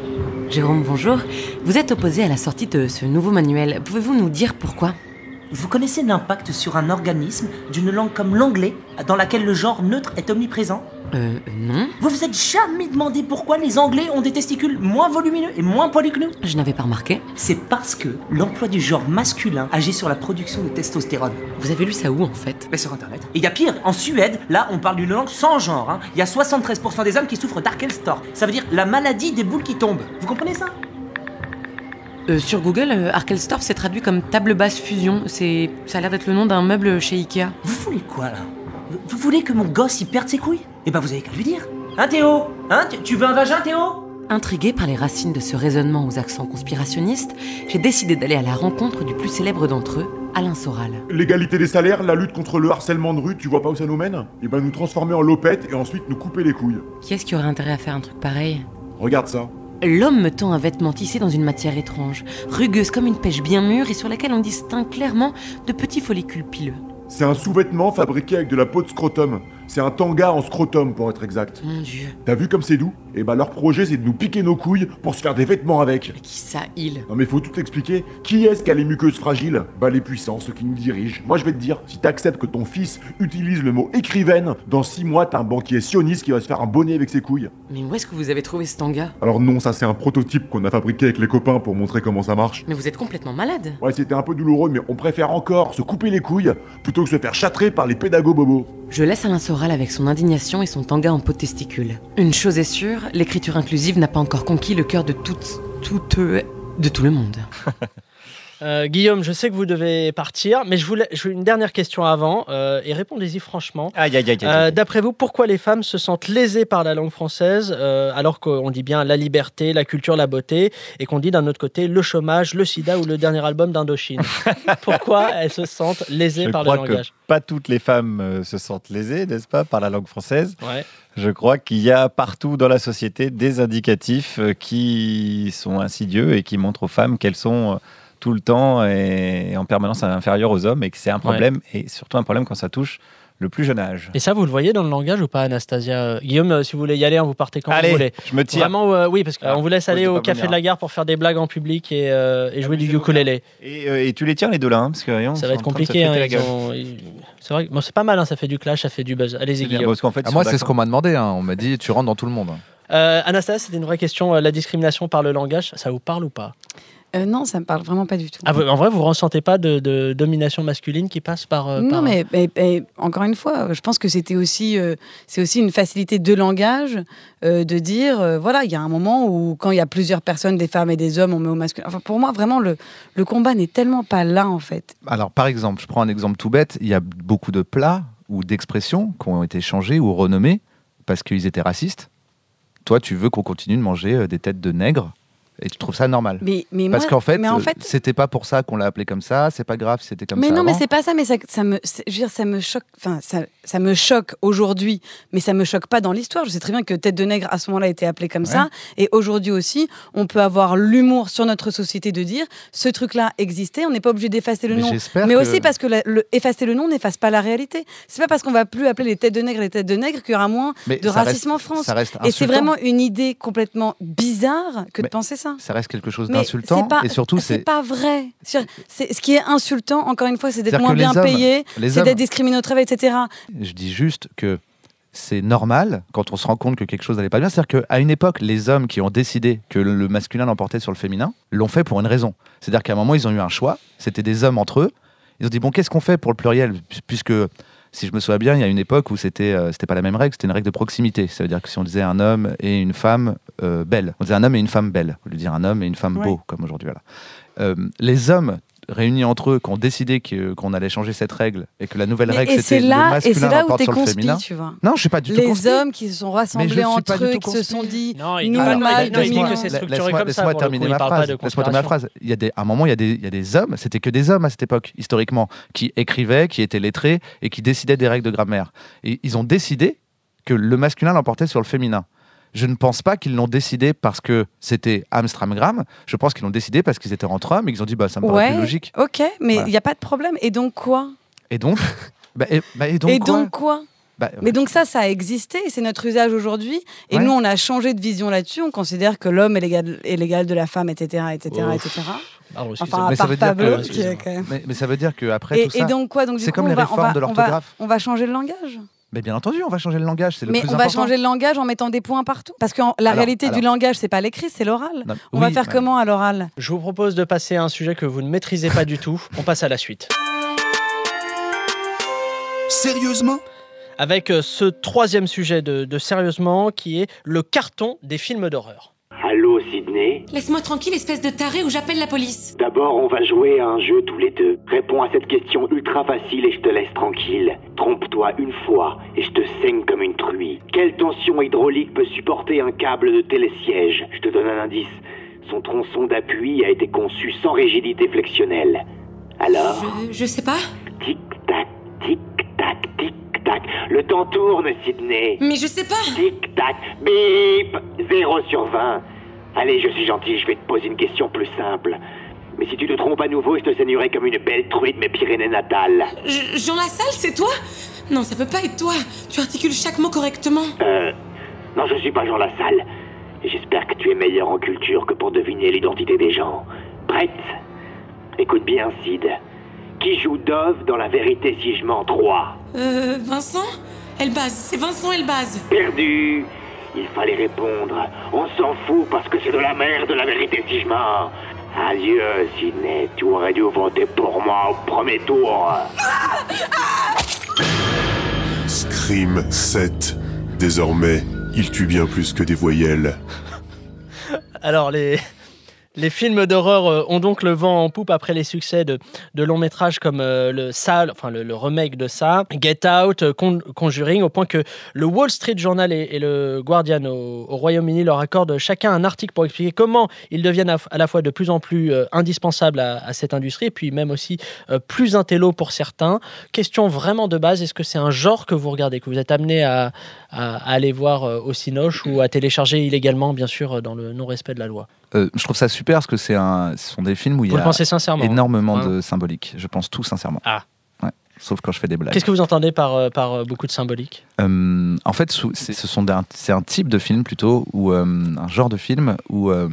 Jérôme, bonjour. Vous êtes opposé à la sortie de ce nouveau manuel. Pouvez-vous nous dire pourquoi ? Vous connaissez l'impact sur un organisme d'une langue comme l'anglais, dans laquelle le genre neutre est omniprésent ? Euh, non. Vous vous êtes jamais demandé pourquoi les Anglais ont des testicules moins volumineux et moins poilus que nous ? Je n'avais pas remarqué. C'est parce que l'emploi du genre masculin agit sur la production de testostérone. Vous avez lu ça où, en fait ? Mais sur Internet. Et il y a pire, en Suède, là, on parle d'une langue sans genre. Hein. Il y a soixante-treize pour cent des hommes qui souffrent d'Arkelstorp. Ça veut dire la maladie des boules qui tombent. Vous comprenez ça ? Euh, sur Google, euh, Arkelstorp c'est traduit comme table basse fusion. C'est... Ça a l'air d'être le nom d'un meuble chez Ikea. Vous voulez quoi, là ? Vous voulez que mon gosse y perde ses couilles ? Eh ben vous avez qu'à lui dire. Hein Théo ? Hein Tu veux un vagin, Théo ? Intrigué par les racines de ce raisonnement aux accents conspirationnistes, j'ai décidé d'aller à la rencontre du plus célèbre d'entre eux, Alain Soral. L'égalité des salaires, la lutte contre le harcèlement de rue, tu vois pas où ça nous mène ? Eh ben nous transformer en lopettes et ensuite nous couper les couilles. Qui est-ce qui aurait intérêt à faire un truc pareil ? Regarde ça. L'homme me tend un vêtement tissé dans une matière étrange, rugueuse comme une pêche bien mûre et sur laquelle on distingue clairement de petits follicules pileux. C'est un sous-vêtement fabriqué avec de la peau de scrotum. C'est un tanga en scrotum pour être exact. Mon Dieu. T'as vu comme c'est doux ? Et bah leur projet c'est de nous piquer nos couilles pour se faire des vêtements avec. Mais qui ça, il ? Non mais faut tout expliquer. Qui est-ce qui a les muqueuses fragiles ? Bah les puissants, ceux qui nous dirigent. Moi je vais te dire, si t'acceptes que ton fils utilise le mot écrivaine, dans six mois t'as un banquier sioniste qui va se faire un bonnet avec ses couilles. Mais où est-ce que vous avez trouvé ce tanga ? Alors non, ça c'est un prototype qu'on a fabriqué avec les copains pour montrer comment ça marche. Mais vous êtes complètement malade. Ouais, c'était un peu douloureux, mais on préfère encore se couper les couilles plutôt que se faire châtrer par les pédagogues bobos. Je laisse Alain Soral avec son indignation et son tanga en peau de testicule. Une chose est sûre, l'écriture inclusive n'a pas encore conquis le cœur de toutes, toutes, euh, de tout le monde. Euh, Guillaume, je sais que vous devez partir, mais je voulais, je voulais une dernière question avant, euh, et répondez-y franchement. Aïe, aïe, aïe, aïe, Euh, aïe. D'après vous, pourquoi les femmes se sentent lésées par la langue française, euh, alors qu'on dit bien la liberté, la culture, la beauté, et qu'on dit d'un autre côté le chômage, le sida ou le dernier album d'Indochine ? Pourquoi elles se sentent lésées Je par le crois que langage ? pas toutes les femmes euh, se sentent lésées, n'est-ce pas, par la langue française. Ouais. Je crois qu'il y a partout dans la société des indicatifs euh, qui sont insidieux et qui montrent aux femmes qu'elles sont euh, tout le temps et en permanence inférieures aux hommes et que c'est un problème, et surtout un problème quand ça touche le plus jeune âge. Et ça, vous le voyez dans le langage ou pas, Anastasia ? Guillaume, euh, si vous voulez y aller, hein, vous partez quand Allez, vous voulez. je me tire. Vraiment, euh, oui, parce qu'on Ah, vous laisse moi, aller je au peux pas Café venir. de la Gare pour faire des blagues en public et, euh, et jouer du ukulélé. Et, euh, et tu les tiens les deux là, hein, parce que rien, Ça va être compliqué. Hein, ils ont- ils- C'est vrai, que- bon, c'est pas mal, hein, ça fait du clash, ça fait du buzz. Allez-y, C'est bien, Guillaume. parce qu'en fait, Ah, ils moi, sont c'est ce qu'on d'accord. m'a demandé. Hein. On m'a dit, tu rentres dans tout le monde. Euh, Anastasia, c'était une vraie question. euh, La discrimination par le langage, ça vous parle ou pas ? Euh, non, ça me parle vraiment pas du tout. Ah, vous- en vrai, vous ressentez pas de, de domination masculine qui passe par. euh, Non, par- mais, mais- mais encore une fois, je pense que c'était aussi, euh, c'est aussi une facilité de langage euh, de dire, euh, voilà, il y a un moment où quand il y a plusieurs personnes, des femmes et des hommes, on met au masculin. Enfin, pour moi, vraiment, le, le combat n'est tellement pas là, en fait. Alors, par exemple, je prends un exemple tout bête. Il y a beaucoup de plats ou d'expressions qui ont été changés ou renommés parce qu'ils étaient racistes. Toi, tu veux qu'on continue de manger euh, des têtes de nègres et tu trouves ça normal. Mais, mais Parce moi- qu'en fait, mais en euh, fait- c'était pas pour ça qu'on l'a appelé comme ça. C'est pas grave si c'était comme mais ça. non, mais avant. c'est pas ça. Mais ça, ça me, c'est- je veux dire, ça me choque. Enfin, ça, ça me choque aujourd'hui, mais ça me choque pas dans l'histoire. Je sais très bien que tête de nègre à ce moment-là était appelée comme Ouais. ça, et aujourd'hui aussi, on peut avoir l'humour sur notre société de dire ce truc-là existait. On n'est pas obligé d'effacer le Mais nom, j'espère mais que- aussi parce que la- le, effacer le nom n'efface pas la réalité. C'est pas parce qu'on va plus appeler les têtes de nègre les têtes de nègre qu'il y aura moins Mais de ça racisme reste- en France. ça reste Et c'est insultant. vraiment une idée complètement bizarre que de Mais penser ça. Ça reste quelque chose Mais d'insultant c'est pas- et surtout c'est c'est pas vrai. C'est, c'est- ce qui est insultant, encore une fois, c'est d'être C'est-à-dire moins que les bien hommes- payé, les c'est hommes- d'être discriminé au travail, et cetera. Je dis juste que c'est normal quand on se rend compte que quelque chose n'allait pas bien. C'est-à-dire qu'à une époque, les hommes qui ont décidé que le masculin l'emportait sur le féminin l'ont fait pour une raison. C'est-à-dire qu'à un moment, ils ont eu un choix. C'était des hommes entre eux. Ils ont dit, bon, qu'est-ce qu'on fait pour le pluriel ? Puisque, si je me souviens bien, il y a une époque où c'était euh, c'était pas la même règle, c'était une règle de proximité. Ça veut dire que si on disait un homme et une femme euh, belle, on disait un homme et une femme belle, au lieu de dire un homme et une femme Ouais. beau, comme aujourd'hui. Voilà. Euh, les hommes réunis entre eux qui ont décidé que- qu'on allait changer cette règle et que la nouvelle Mais- règle et c'était c'est le là, et masculin c'est là où l'emporte t'es sur le conspi, féminin. tu vois. Non, je suis pas du tout Les conspi. hommes qui se sont Mais je rassemblés suis entre pas du eux, tout qui se conspi. sont dit Non, il nous dit pas- mal, non, il dit- non, il dit dominants. que c'est structuré Laisse-moi- comme ça. Laisse-moi pour le terminer coup, ma il parle pas phrase. de Laisse-moi terminer ma conspiration. phrase. Il y a des, à un moment, il y a des, il y a des hommes, c'était que des hommes à cette époque, historiquement, qui écrivaient, qui étaient lettrés et qui décidaient des règles de grammaire. Et ils ont décidé que le masculin l'emportait sur le féminin. Je ne pense pas qu'ils l'ont décidé parce que c'était Amstramgram. Je pense qu'ils l'ont décidé parce qu'ils étaient entre hommes et qu'ils ont dit bah, ça me paraît Ouais, plus logique. ok, mais il Voilà. n'y a pas de problème. Et donc quoi Et donc, bah, et, bah, et donc Et quoi donc quoi Bah, Mais donc ça, ça a existé, c'est notre usage aujourd'hui. Et Ouais. nous, on a changé de vision là-dessus. On considère que l'homme est l'égal, est l'égal de la femme, et cetera, et cetera, et cetera. Pardon, Enfin, à mais ça part veut dire Pablo, que, qui est quand même... mais, mais ça veut dire qu'après Et, tout ça, et donc quoi donc, du c'est coup, comme on les va, on réformes va- de on va- l'orthographe. On va changer le langage. Mais bien entendu, on va changer le langage, c'est le Mais plus on va important. changer le langage en mettant des points partout. Parce que en- la Alors, réalité du alors. langage, c'est pas l'écrit, c'est l'oral. Non, On oui, va faire ouais. comment à l'oral? Je vous propose de passer à un sujet que vous ne maîtrisez pas du tout. On passe à la suite. Sérieusement? Avec euh, ce troisième sujet de, de Sérieusement, qui est le carton des films d'horreur. Allô, Sydney? Laisse-moi tranquille, espèce de taré, ou j'appelle la police. D'abord, on va jouer à un jeu tous les deux. Réponds à cette question ultra facile et je te laisse tranquille. Trompe-toi une fois et je te saigne comme une truie. Quelle tension hydraulique peut supporter un câble de télésiège? Je te donne un indice. Son tronçon d'appui a été conçu sans rigidité flexionnelle. Alors? Je, je sais pas. Tic-tac, tic-tac, tic-tac. Le temps tourne, Sydney. Mais je sais pas. Tic-tac, bip. Zéro sur vingt. Allez, je suis gentil, je vais te poser une question plus simple. Mais si tu te trompes à nouveau, je te saignerai comme une belle truie de mes Pyrénées natales. Je- Jean Lassalle, c'est toi? Non, ça peut pas être toi. Tu articules chaque mot correctement. Euh... Non, je suis pas Jean Lassalle. Et j'espère que tu es meilleur en culture que pour deviner l'identité des gens. Prête? Écoute bien, Sid. Qui joue Dove dans La Vérité si je mens trois? Euh, Vincent Elbaz, c'est Vincent Elbaz. Perdu. Il fallait répondre. On s'en fout parce que c'est de la merde, La Vérité si je mens. Adieu, Sydney. Tu aurais dû voter pour moi au premier tour. Scream sept. Désormais, il tue bien plus que des voyelles. Alors, les, les films d'horreur euh, ont donc le vent en poupe après les succès de, de longs métrages comme euh, le Ça, enfin le, le remake de ça, Get Out, euh, Con- Conjuring, au point que le Wall Street Journal et, et le Guardian au, au Royaume-Uni leur accordent chacun un article pour expliquer comment ils deviennent à, à la fois de plus en plus euh, indispensables à, à cette industrie, et puis même aussi euh, plus intello pour certains. Question vraiment de base, est-ce que c'est un genre que vous regardez, que vous êtes amené à, à, à aller voir euh, au Cinoche ou à télécharger illégalement, bien sûr, euh, dans le non-respect de la loi? Euh, je trouve ça super parce que c'est un, ce sont des films où il Vous y le a pensez sincèrement, énormément hein. de symbolique. Je pense tout sincèrement. Ah. Ouais. Sauf quand je fais des blagues. Qu'est-ce que vous entendez par, euh, par euh, beaucoup de symbolique? Euh, en fait, sous- c'est, ce sont des- c'est un type de film plutôt, ou euh, un genre de film où euh,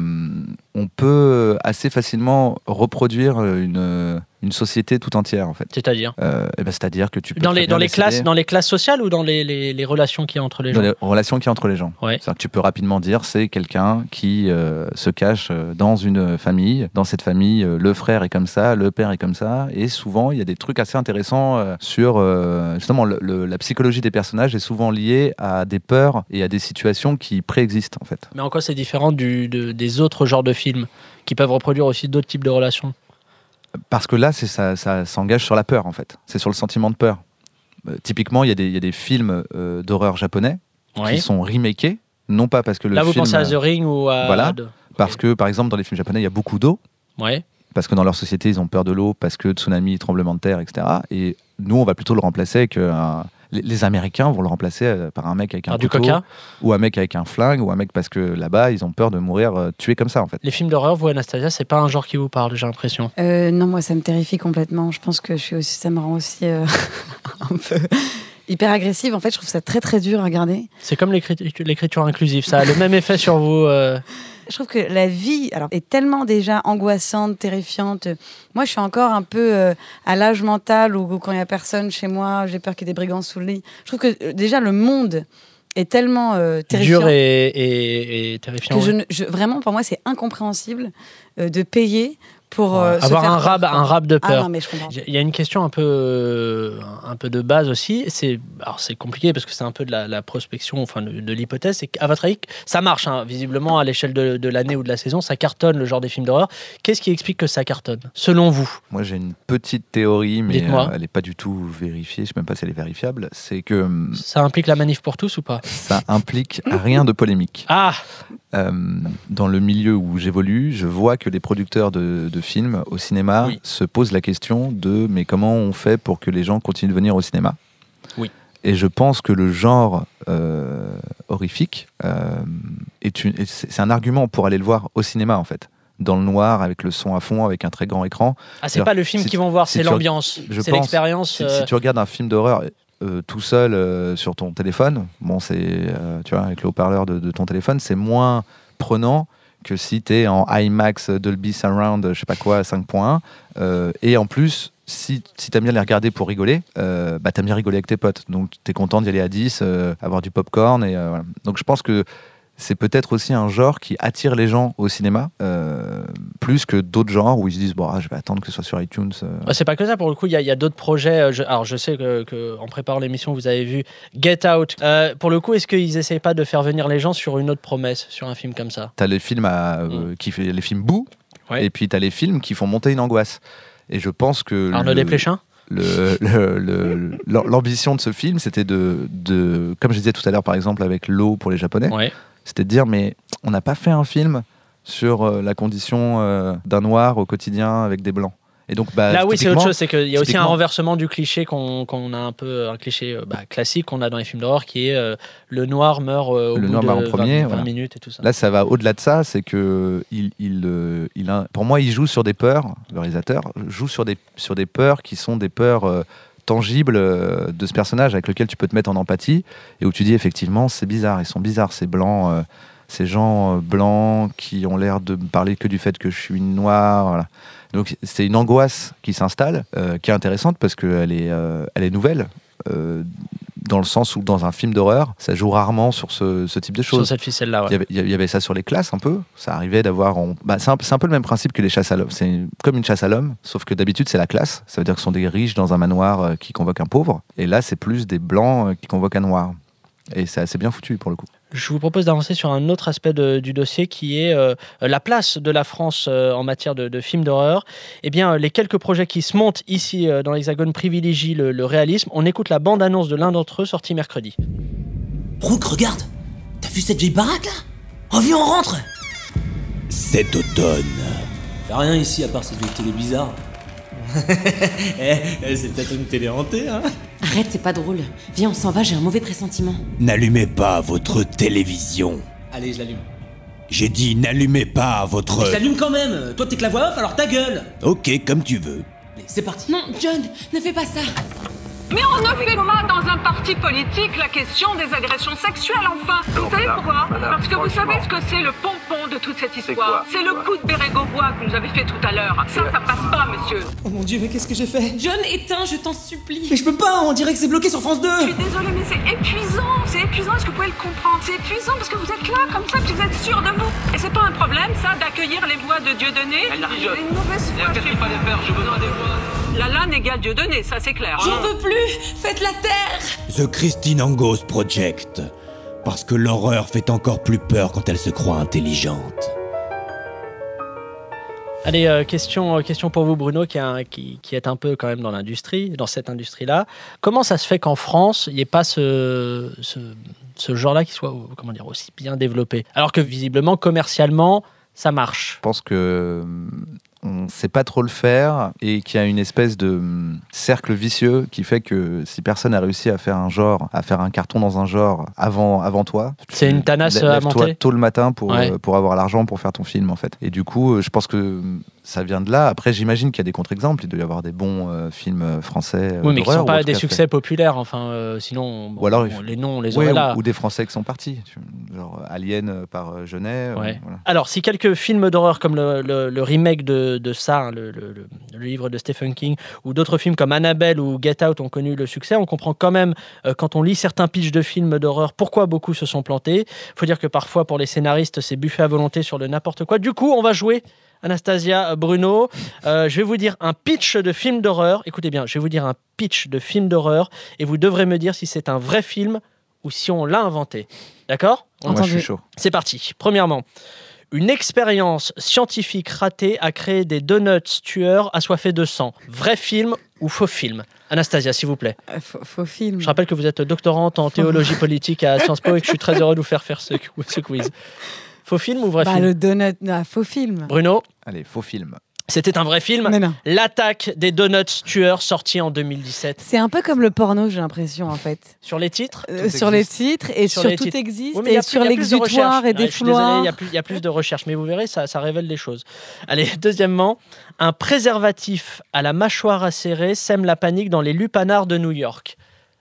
on peut assez facilement reproduire une, une société tout entière en fait. C'est-à-dire Euh, eh ben, c'est-à-dire que tu peux Dans très les, bien dans, les décider- classes, dans les classes sociales ou dans les, les, les relations qu'il y a entre les gens? dans les relations qu'il y a entre les gens. Ouais. C'est-à-dire que tu peux rapidement dire c'est quelqu'un qui euh, se cache euh, dans une famille. Dans cette famille, euh, le frère est comme ça, le père est comme ça. Et souvent, il y a des trucs assez intéressants euh, sur euh, justement le- le- la psychologie des personnages est souvent liée à des peurs et à des situations qui préexistent en fait. Mais en quoi c'est différent du, de- des autres genres de films qui peuvent reproduire aussi d'autres types de relations? Parce que là, c'est, ça, ça s'engage sur la peur, en fait. C'est sur le sentiment de peur. Euh, typiquement, il y, a des- il y a des films euh, d'horreur japonais Oui. qui sont remakés, non pas parce que le Là, vous film... pensez à The Ring ou à... Voilà, de- parce que, par exemple, dans les films japonais, il y a beaucoup d'eau, Ouais. parce que dans leur société, ils ont peur de l'eau, parce que tsunami, tremblement de terre, et cetera. Et nous, on va plutôt le remplacer avec... euh, un- Les, les Américains vont le remplacer euh, par un mec avec un Par du couteau, coca ou un mec avec un flingue, ou un mec parce que là-bas, ils ont peur de mourir euh, tués comme ça, en fait. Les films d'horreur, vous, Anastasia, c'est pas un genre qui vous parle, j'ai l'impression. Euh, non, moi, ça me terrifie complètement. Je pense que je suis aussi, ça me rend aussi euh, un peu hyper agressive. En fait, je trouve ça très, très dur à regarder. C'est comme l'écrit- l'écriture inclusive, ça a le même effet sur vous. euh. Je trouve que la vie alors, est tellement déjà angoissante, terrifiante. Moi, je suis encore un peu euh, à l'âge mental où, où quand il n'y a personne chez moi, j'ai peur qu'il y ait des brigands sous le lit. Je trouve que euh, déjà, le monde est tellement euh, terrifiant. Dur et, et, et terrifiant. que je ouais. ne- je- vraiment, pour moi, c'est incompréhensible euh, de payer pour euh, se Avoir faire un peur, rap, quoi. un rap de Ah peur. non, mais je comprends. Il y a une question un peu, euh, un peu de base aussi. C'est, alors c'est compliqué parce que c'est un peu de la, la prospection, enfin de, de l'hypothèse. C'est qu'à votre avis, ça marche hein, visiblement à l'échelle de, de l'année ou de la saison, ça cartonne le genre des films d'horreur. Qu'est-ce qui explique que ça cartonne, selon vous? Moi, j'ai une petite théorie, mais Dites-moi. euh, elle n'est pas du tout vérifiée. Je ne sais même pas si elle est vérifiable. C'est que hum, Ça implique la manif pour tous ou pas? ça implique rien de polémique. Ah, Euh, dans le milieu où j'évolue, je vois que les producteurs de, de films au cinéma Oui. se posent la question de mais comment on fait pour que les gens continuent de venir au cinéma? Oui. Et je pense que le genre euh, horrifique euh, est, une, est- c'est un argument pour aller le voir au cinéma en fait. Dans le noir, avec le son à fond, avec un très grand écran. ah c'est C'est-à-dire, pas le film si qu'ils tu- vont voir, si c'est tu- l'ambiance, je c'est pense, l'expérience. Si, euh, si tu regardes un film d'horreur, euh, tout seul euh, sur ton téléphone, bon, c'est, euh, tu vois, avec le haut-parleur de, de ton téléphone, c'est moins prenant que si tu es en IMAX Dolby Surround, je sais pas quoi, cinq point un. Euh, et en plus, si, si tu aimes bien les regarder pour rigoler, euh, bah, tu aimes bien rigoler avec tes potes. Donc tu es content d'y aller à dix, euh, avoir du popcorn. Et, euh, voilà. Donc je pense que c'est peut-être aussi un genre qui attire les gens au cinéma, euh, plus que d'autres genres où ils se disent bon, ah, je vais attendre que ce soit sur iTunes. Euh. Bah, c'est pas que ça, pour le coup, il y, y a d'autres projets. Je, alors je sais que, que en préparant l'émission, vous avez vu Get Out. Euh, pour le coup, est-ce qu'ils essayent pas de faire venir les gens sur une autre promesse, sur un film comme ça? T'as les films, à, euh, mm. qui fait les films Boo, ouais. Et puis t'as les films qui font monter une angoisse. Et je pense que Arnaud Desplechin. Le, le, le, l'ambition de ce film, c'était de, de, comme je disais tout à l'heure, par exemple, avec l'eau pour les Japonais, ouais. C'était de dire, mais on n'a pas fait un film sur euh, la condition euh, d'un noir au quotidien avec des blancs. Et donc, bah, là, oui, c'est autre chose, c'est qu'il y a aussi un renversement du cliché qu'on, qu'on a un peu, un cliché bah, classique qu'on a dans les films d'horreur, qui est euh, le noir meurt euh, au le bout noir de meurt en premier, vingt, voilà. vingt minutes et tout ça. Là, ça va au-delà de ça, c'est que il, il, euh, il a, pour moi, il joue sur des peurs. Le réalisateur joue sur des sur des peurs qui sont des peurs euh, tangibles euh, de ce personnage avec lequel tu peux te mettre en empathie et où tu dis effectivement, c'est bizarre, ils sont bizarres ces blancs. Euh, ces gens euh, blancs qui ont l'air de me parler que du fait que je suis noire. Voilà. Donc c'est une angoisse qui s'installe, euh, qui est intéressante parce qu'elle est, euh, elle est nouvelle, euh, dans le sens où dans un film d'horreur, ça joue rarement sur ce, ce type de choses. Sur cette ficelle-là, ouais. Il y avait, il y avait ça sur les classes un peu, ça arrivait d'avoir... On... Bah, c'est, un, c'est un peu le même principe que les chasses à l'homme, c'est comme une chasse à l'homme, sauf que d'habitude c'est la classe, ça veut dire que ce sont des riches dans un manoir euh, qui convoquent un pauvre, et là c'est plus des blancs euh, qui convoquent un noir. Et c'est assez bien foutu pour le coup. Je vous propose d'avancer sur un autre aspect de, du dossier qui est euh, la place de la France euh, en matière de, de films d'horreur. Eh bien, euh, les quelques projets qui se montent ici euh, dans l'Hexagone privilégient le, le réalisme. On écoute la bande-annonce de l'un d'entre eux sortie mercredi. Brooke, regarde, t'as vu cette vieille baraque là? Oh, viens, on rentre. Cet automne. Y'a rien ici à part cette vieille télé bizarre. eh, c'est peut-être une télé hantée, hein? Arrête, c'est pas drôle. Viens, on s'en va, j'ai un mauvais pressentiment. N'allumez pas votre télévision. Allez, je l'allume. J'ai dit n'allumez pas votre... Mais je l'allume quand même. Toi, t'es que la voix off, alors ta gueule. Ok, comme tu veux. Allez, c'est parti. Non, John, ne fais pas ça. Mais on ne fait pas dans un parti politique la question des agressions sexuelles, enfin. Vous savez pourquoi? Parce que vous savez ce que c'est le pompon de toute cette histoire. C'est le coup de Bérégovois que vous avez fait tout à l'heure. Ça, ça passe pas, monsieur. Oh mon Dieu, mais qu'est-ce que j'ai fait? John, éteins, je t'en supplie. Mais je peux pas, on dirait que c'est bloqué sur France deux. Je suis désolée, mais c'est épuisant. C'est épuisant, est-ce que vous pouvez le comprendre? C'est épuisant parce que vous êtes là, comme ça, puis vous êtes sûr de vous. Et c'est pas un problème, ça, d'accueillir les voix de Dieudonné? Elle arrive. Une mauvaise foi. Qu'est-ce qu'il fallait faire? Je veux des voix. La lane égale Dieudonné, ça c'est clair. J'en peux plus. Faites la terre. The Christine Angos Project. Parce que l'horreur fait encore plus peur quand elle se croit intelligente. Allez, euh, question, euh, question pour vous, Bruno, qui, a, qui, qui est un peu quand même dans l'industrie, dans cette industrie-là. Comment ça se fait qu'en France, il n'y ait pas ce, ce, ce genre-là qui soit, comment dire, aussi bien développé? Alors que visiblement, commercialement, ça marche. Je pense que... on ne sait pas trop le faire et qu'il y a une espèce de hum, cercle vicieux qui fait que si personne n'a réussi à faire un genre, à faire un carton dans un genre avant, avant toi, c'est une tanasse à monter. Lève-toi tôt le matin pour, ouais. euh, pour avoir l'argent pour faire ton film en fait. Et du coup, je pense que ça vient de là. Après, j'imagine qu'il y a des contre-exemples. Il doit y avoir des bons euh, films français. Euh, oui, mais qui ne sont pas des succès fait. populaires. Enfin, euh, sinon, bon, ou alors, bon, les noms, on les ouais, aurait là. Ou, ou des Français qui sont partis. Genre Alien par Jeunet. Ouais. Euh, voilà. Alors, si quelques films d'horreur comme le, le, le remake de, de ça, hein, le, le, le, le livre de Stephen King, ou d'autres films comme Annabelle ou Get Out ont connu le succès, on comprend quand même, euh, quand on lit certains pitchs de films d'horreur, pourquoi beaucoup se sont plantés. Il faut dire que parfois, pour les scénaristes, c'est buffet à volonté sur le n'importe quoi. Du coup, on va jouer... Anastasia, Bruno, euh, je vais vous dire un pitch de film d'horreur. Écoutez bien, je vais vous dire un pitch de film d'horreur et vous devrez me dire si c'est un vrai film ou si on l'a inventé. D'accord ? Moi, je suis chaud. C'est parti. Premièrement, une expérience scientifique ratée a créé des donuts tueurs assoiffés de sang. Vrai film ou faux film ? Anastasia, s'il vous plaît. Euh, faux, faux film. Je rappelle que vous êtes doctorante en théologie politique à Sciences Po et que je suis très heureux de vous faire faire ce, ce quiz. Faux film ou vrai bah, film ? Le donut, non, faux film. Bruno ? Allez, faux film. C'était un vrai film. Mais non. L'attaque des donuts tueurs, sorti en deux mille dix-sept. C'est un peu comme le porno, j'ai l'impression, en fait. Sur les titres euh, Sur les titres, et sur, sur tout titres. existe, oui, et sur l'exutoire et ouais, des fouloirs. Il y a plus, il y a plus de recherche, mais vous verrez, ça, ça révèle des choses. Allez, deuxièmement, un préservatif à la mâchoire acérée sème la panique dans les lupanards de New York.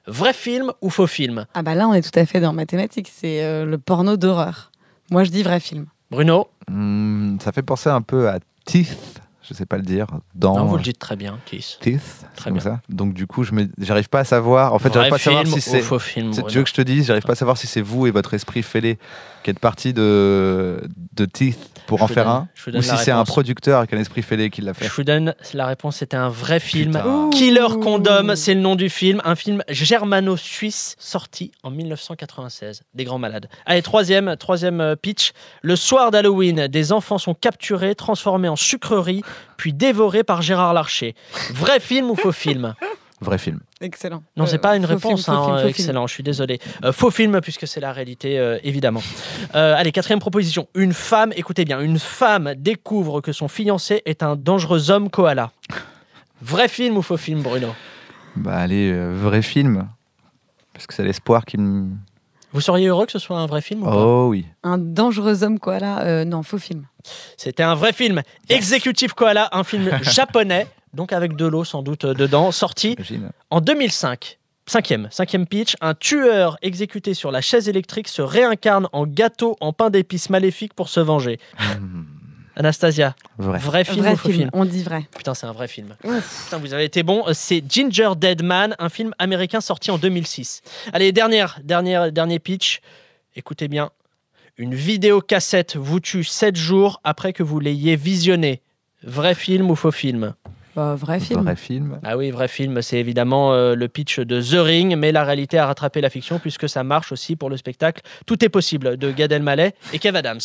Vrai film ou faux film? Ah bah là, on est tout à fait dans mathématiques. C'est euh, le porno d'horreur. Moi, je dis vrai film. Bruno? Hmm, ça fait penser un peu à Teeth, je sais pas le dire. Dans... Non, vous le dites très bien, Kiss. Teeth, Très comme bien. ça. Donc du coup, je me... j'arrive pas à savoir. En fait, Vrai j'arrive pas à savoir film si c'est. ou faux film, C'est- Bruno Tu veux que je te dise, j'arrive pas à savoir si c'est vous et votre esprit fêlé qui êtes parti de de Teeth pour Je en vous faire donne- un, je vous donne ou si la c'est un réponse. producteur avec un esprit fêlé qui l'a fait. Je vous donne la réponse, c'était un vrai film. Putain. Killer Condom, c'est le nom du film. Un film germano-suisse sorti en mille neuf cent quatre-vingt-seize. Des grands malades. Allez, troisième, troisième euh, pitch. Le soir d'Halloween, des enfants sont capturés, transformés en sucreries, puis dévorés par Gérard Larcher. Vrai film ou faux film? Vrai film. Excellent. Non, c'est Euh, pas une faux réponse. film, faux hein, film, faux film. excellent, je suis désolé. Euh, faux film, puisque c'est la réalité, euh, évidemment. Euh, allez, quatrième proposition. Une femme, écoutez bien, une femme découvre que son fiancé est un dangereux homme koala. Vrai film ou faux film, Bruno? Bah allez, euh, vrai film. Parce que c'est l'espoir qui me. Vous seriez heureux que ce soit un vrai film ou pas? Oh oui. Un dangereux homme koala. Euh, non, faux film. C'était un vrai film. Executive Koala, un film japonais, donc avec de l'eau sans doute euh, dedans, sorti J'imagine. en deux mille cinq. Cinquième, cinquième pitch. Un tueur exécuté sur la chaise électrique se réincarne en gâteau en pain d'épices maléfique pour se venger. Anastasia, Vrai. film Vrai ou faux film, film? on dit vrai. Putain, c'est un vrai film. Putain, vous avez été bon. C'est Ginger Dead Man, un film américain sorti en deux mille six. Allez, dernière, dernière, dernier pitch. Écoutez bien. Une vidéocassette vous tue sept jours après que vous l'ayez visionnée. Vrai film ou faux film? Bah, vrai film. Vrai film. Ah oui, vrai film, c'est évidemment euh, le pitch de The Ring, mais la réalité a rattrapé la fiction puisque ça marche aussi pour le spectacle Tout est possible de Gad Elmaleh et Kev Adams.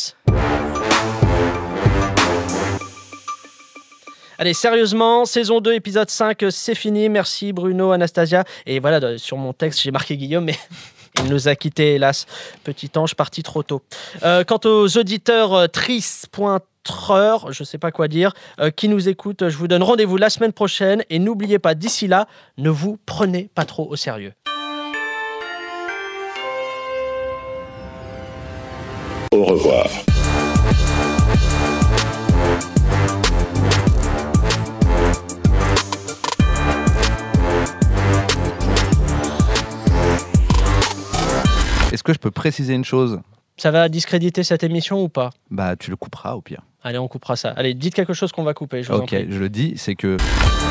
Allez, sérieusement, saison deux, épisode cinq, c'est fini. Merci Bruno, Anastasia. Et voilà, de- sur mon texte, j'ai marqué Guillaume, mais il nous a quittés, hélas. Petit ange parti trop tôt. Euh, quant aux auditeurs euh, tris.treur, je sais pas quoi dire, euh, qui nous écoutent, je vous donne rendez-vous la semaine prochaine. Et n'oubliez pas, d'ici là, ne vous prenez pas trop au sérieux. Au revoir. Est-ce que je peux préciser une chose? Ça va discréditer cette émission ou pas? Bah tu le couperas au pire. Allez, on coupera ça. Allez, dites quelque chose qu'on va couper, je vous en Ok, prie. je le dis, c'est que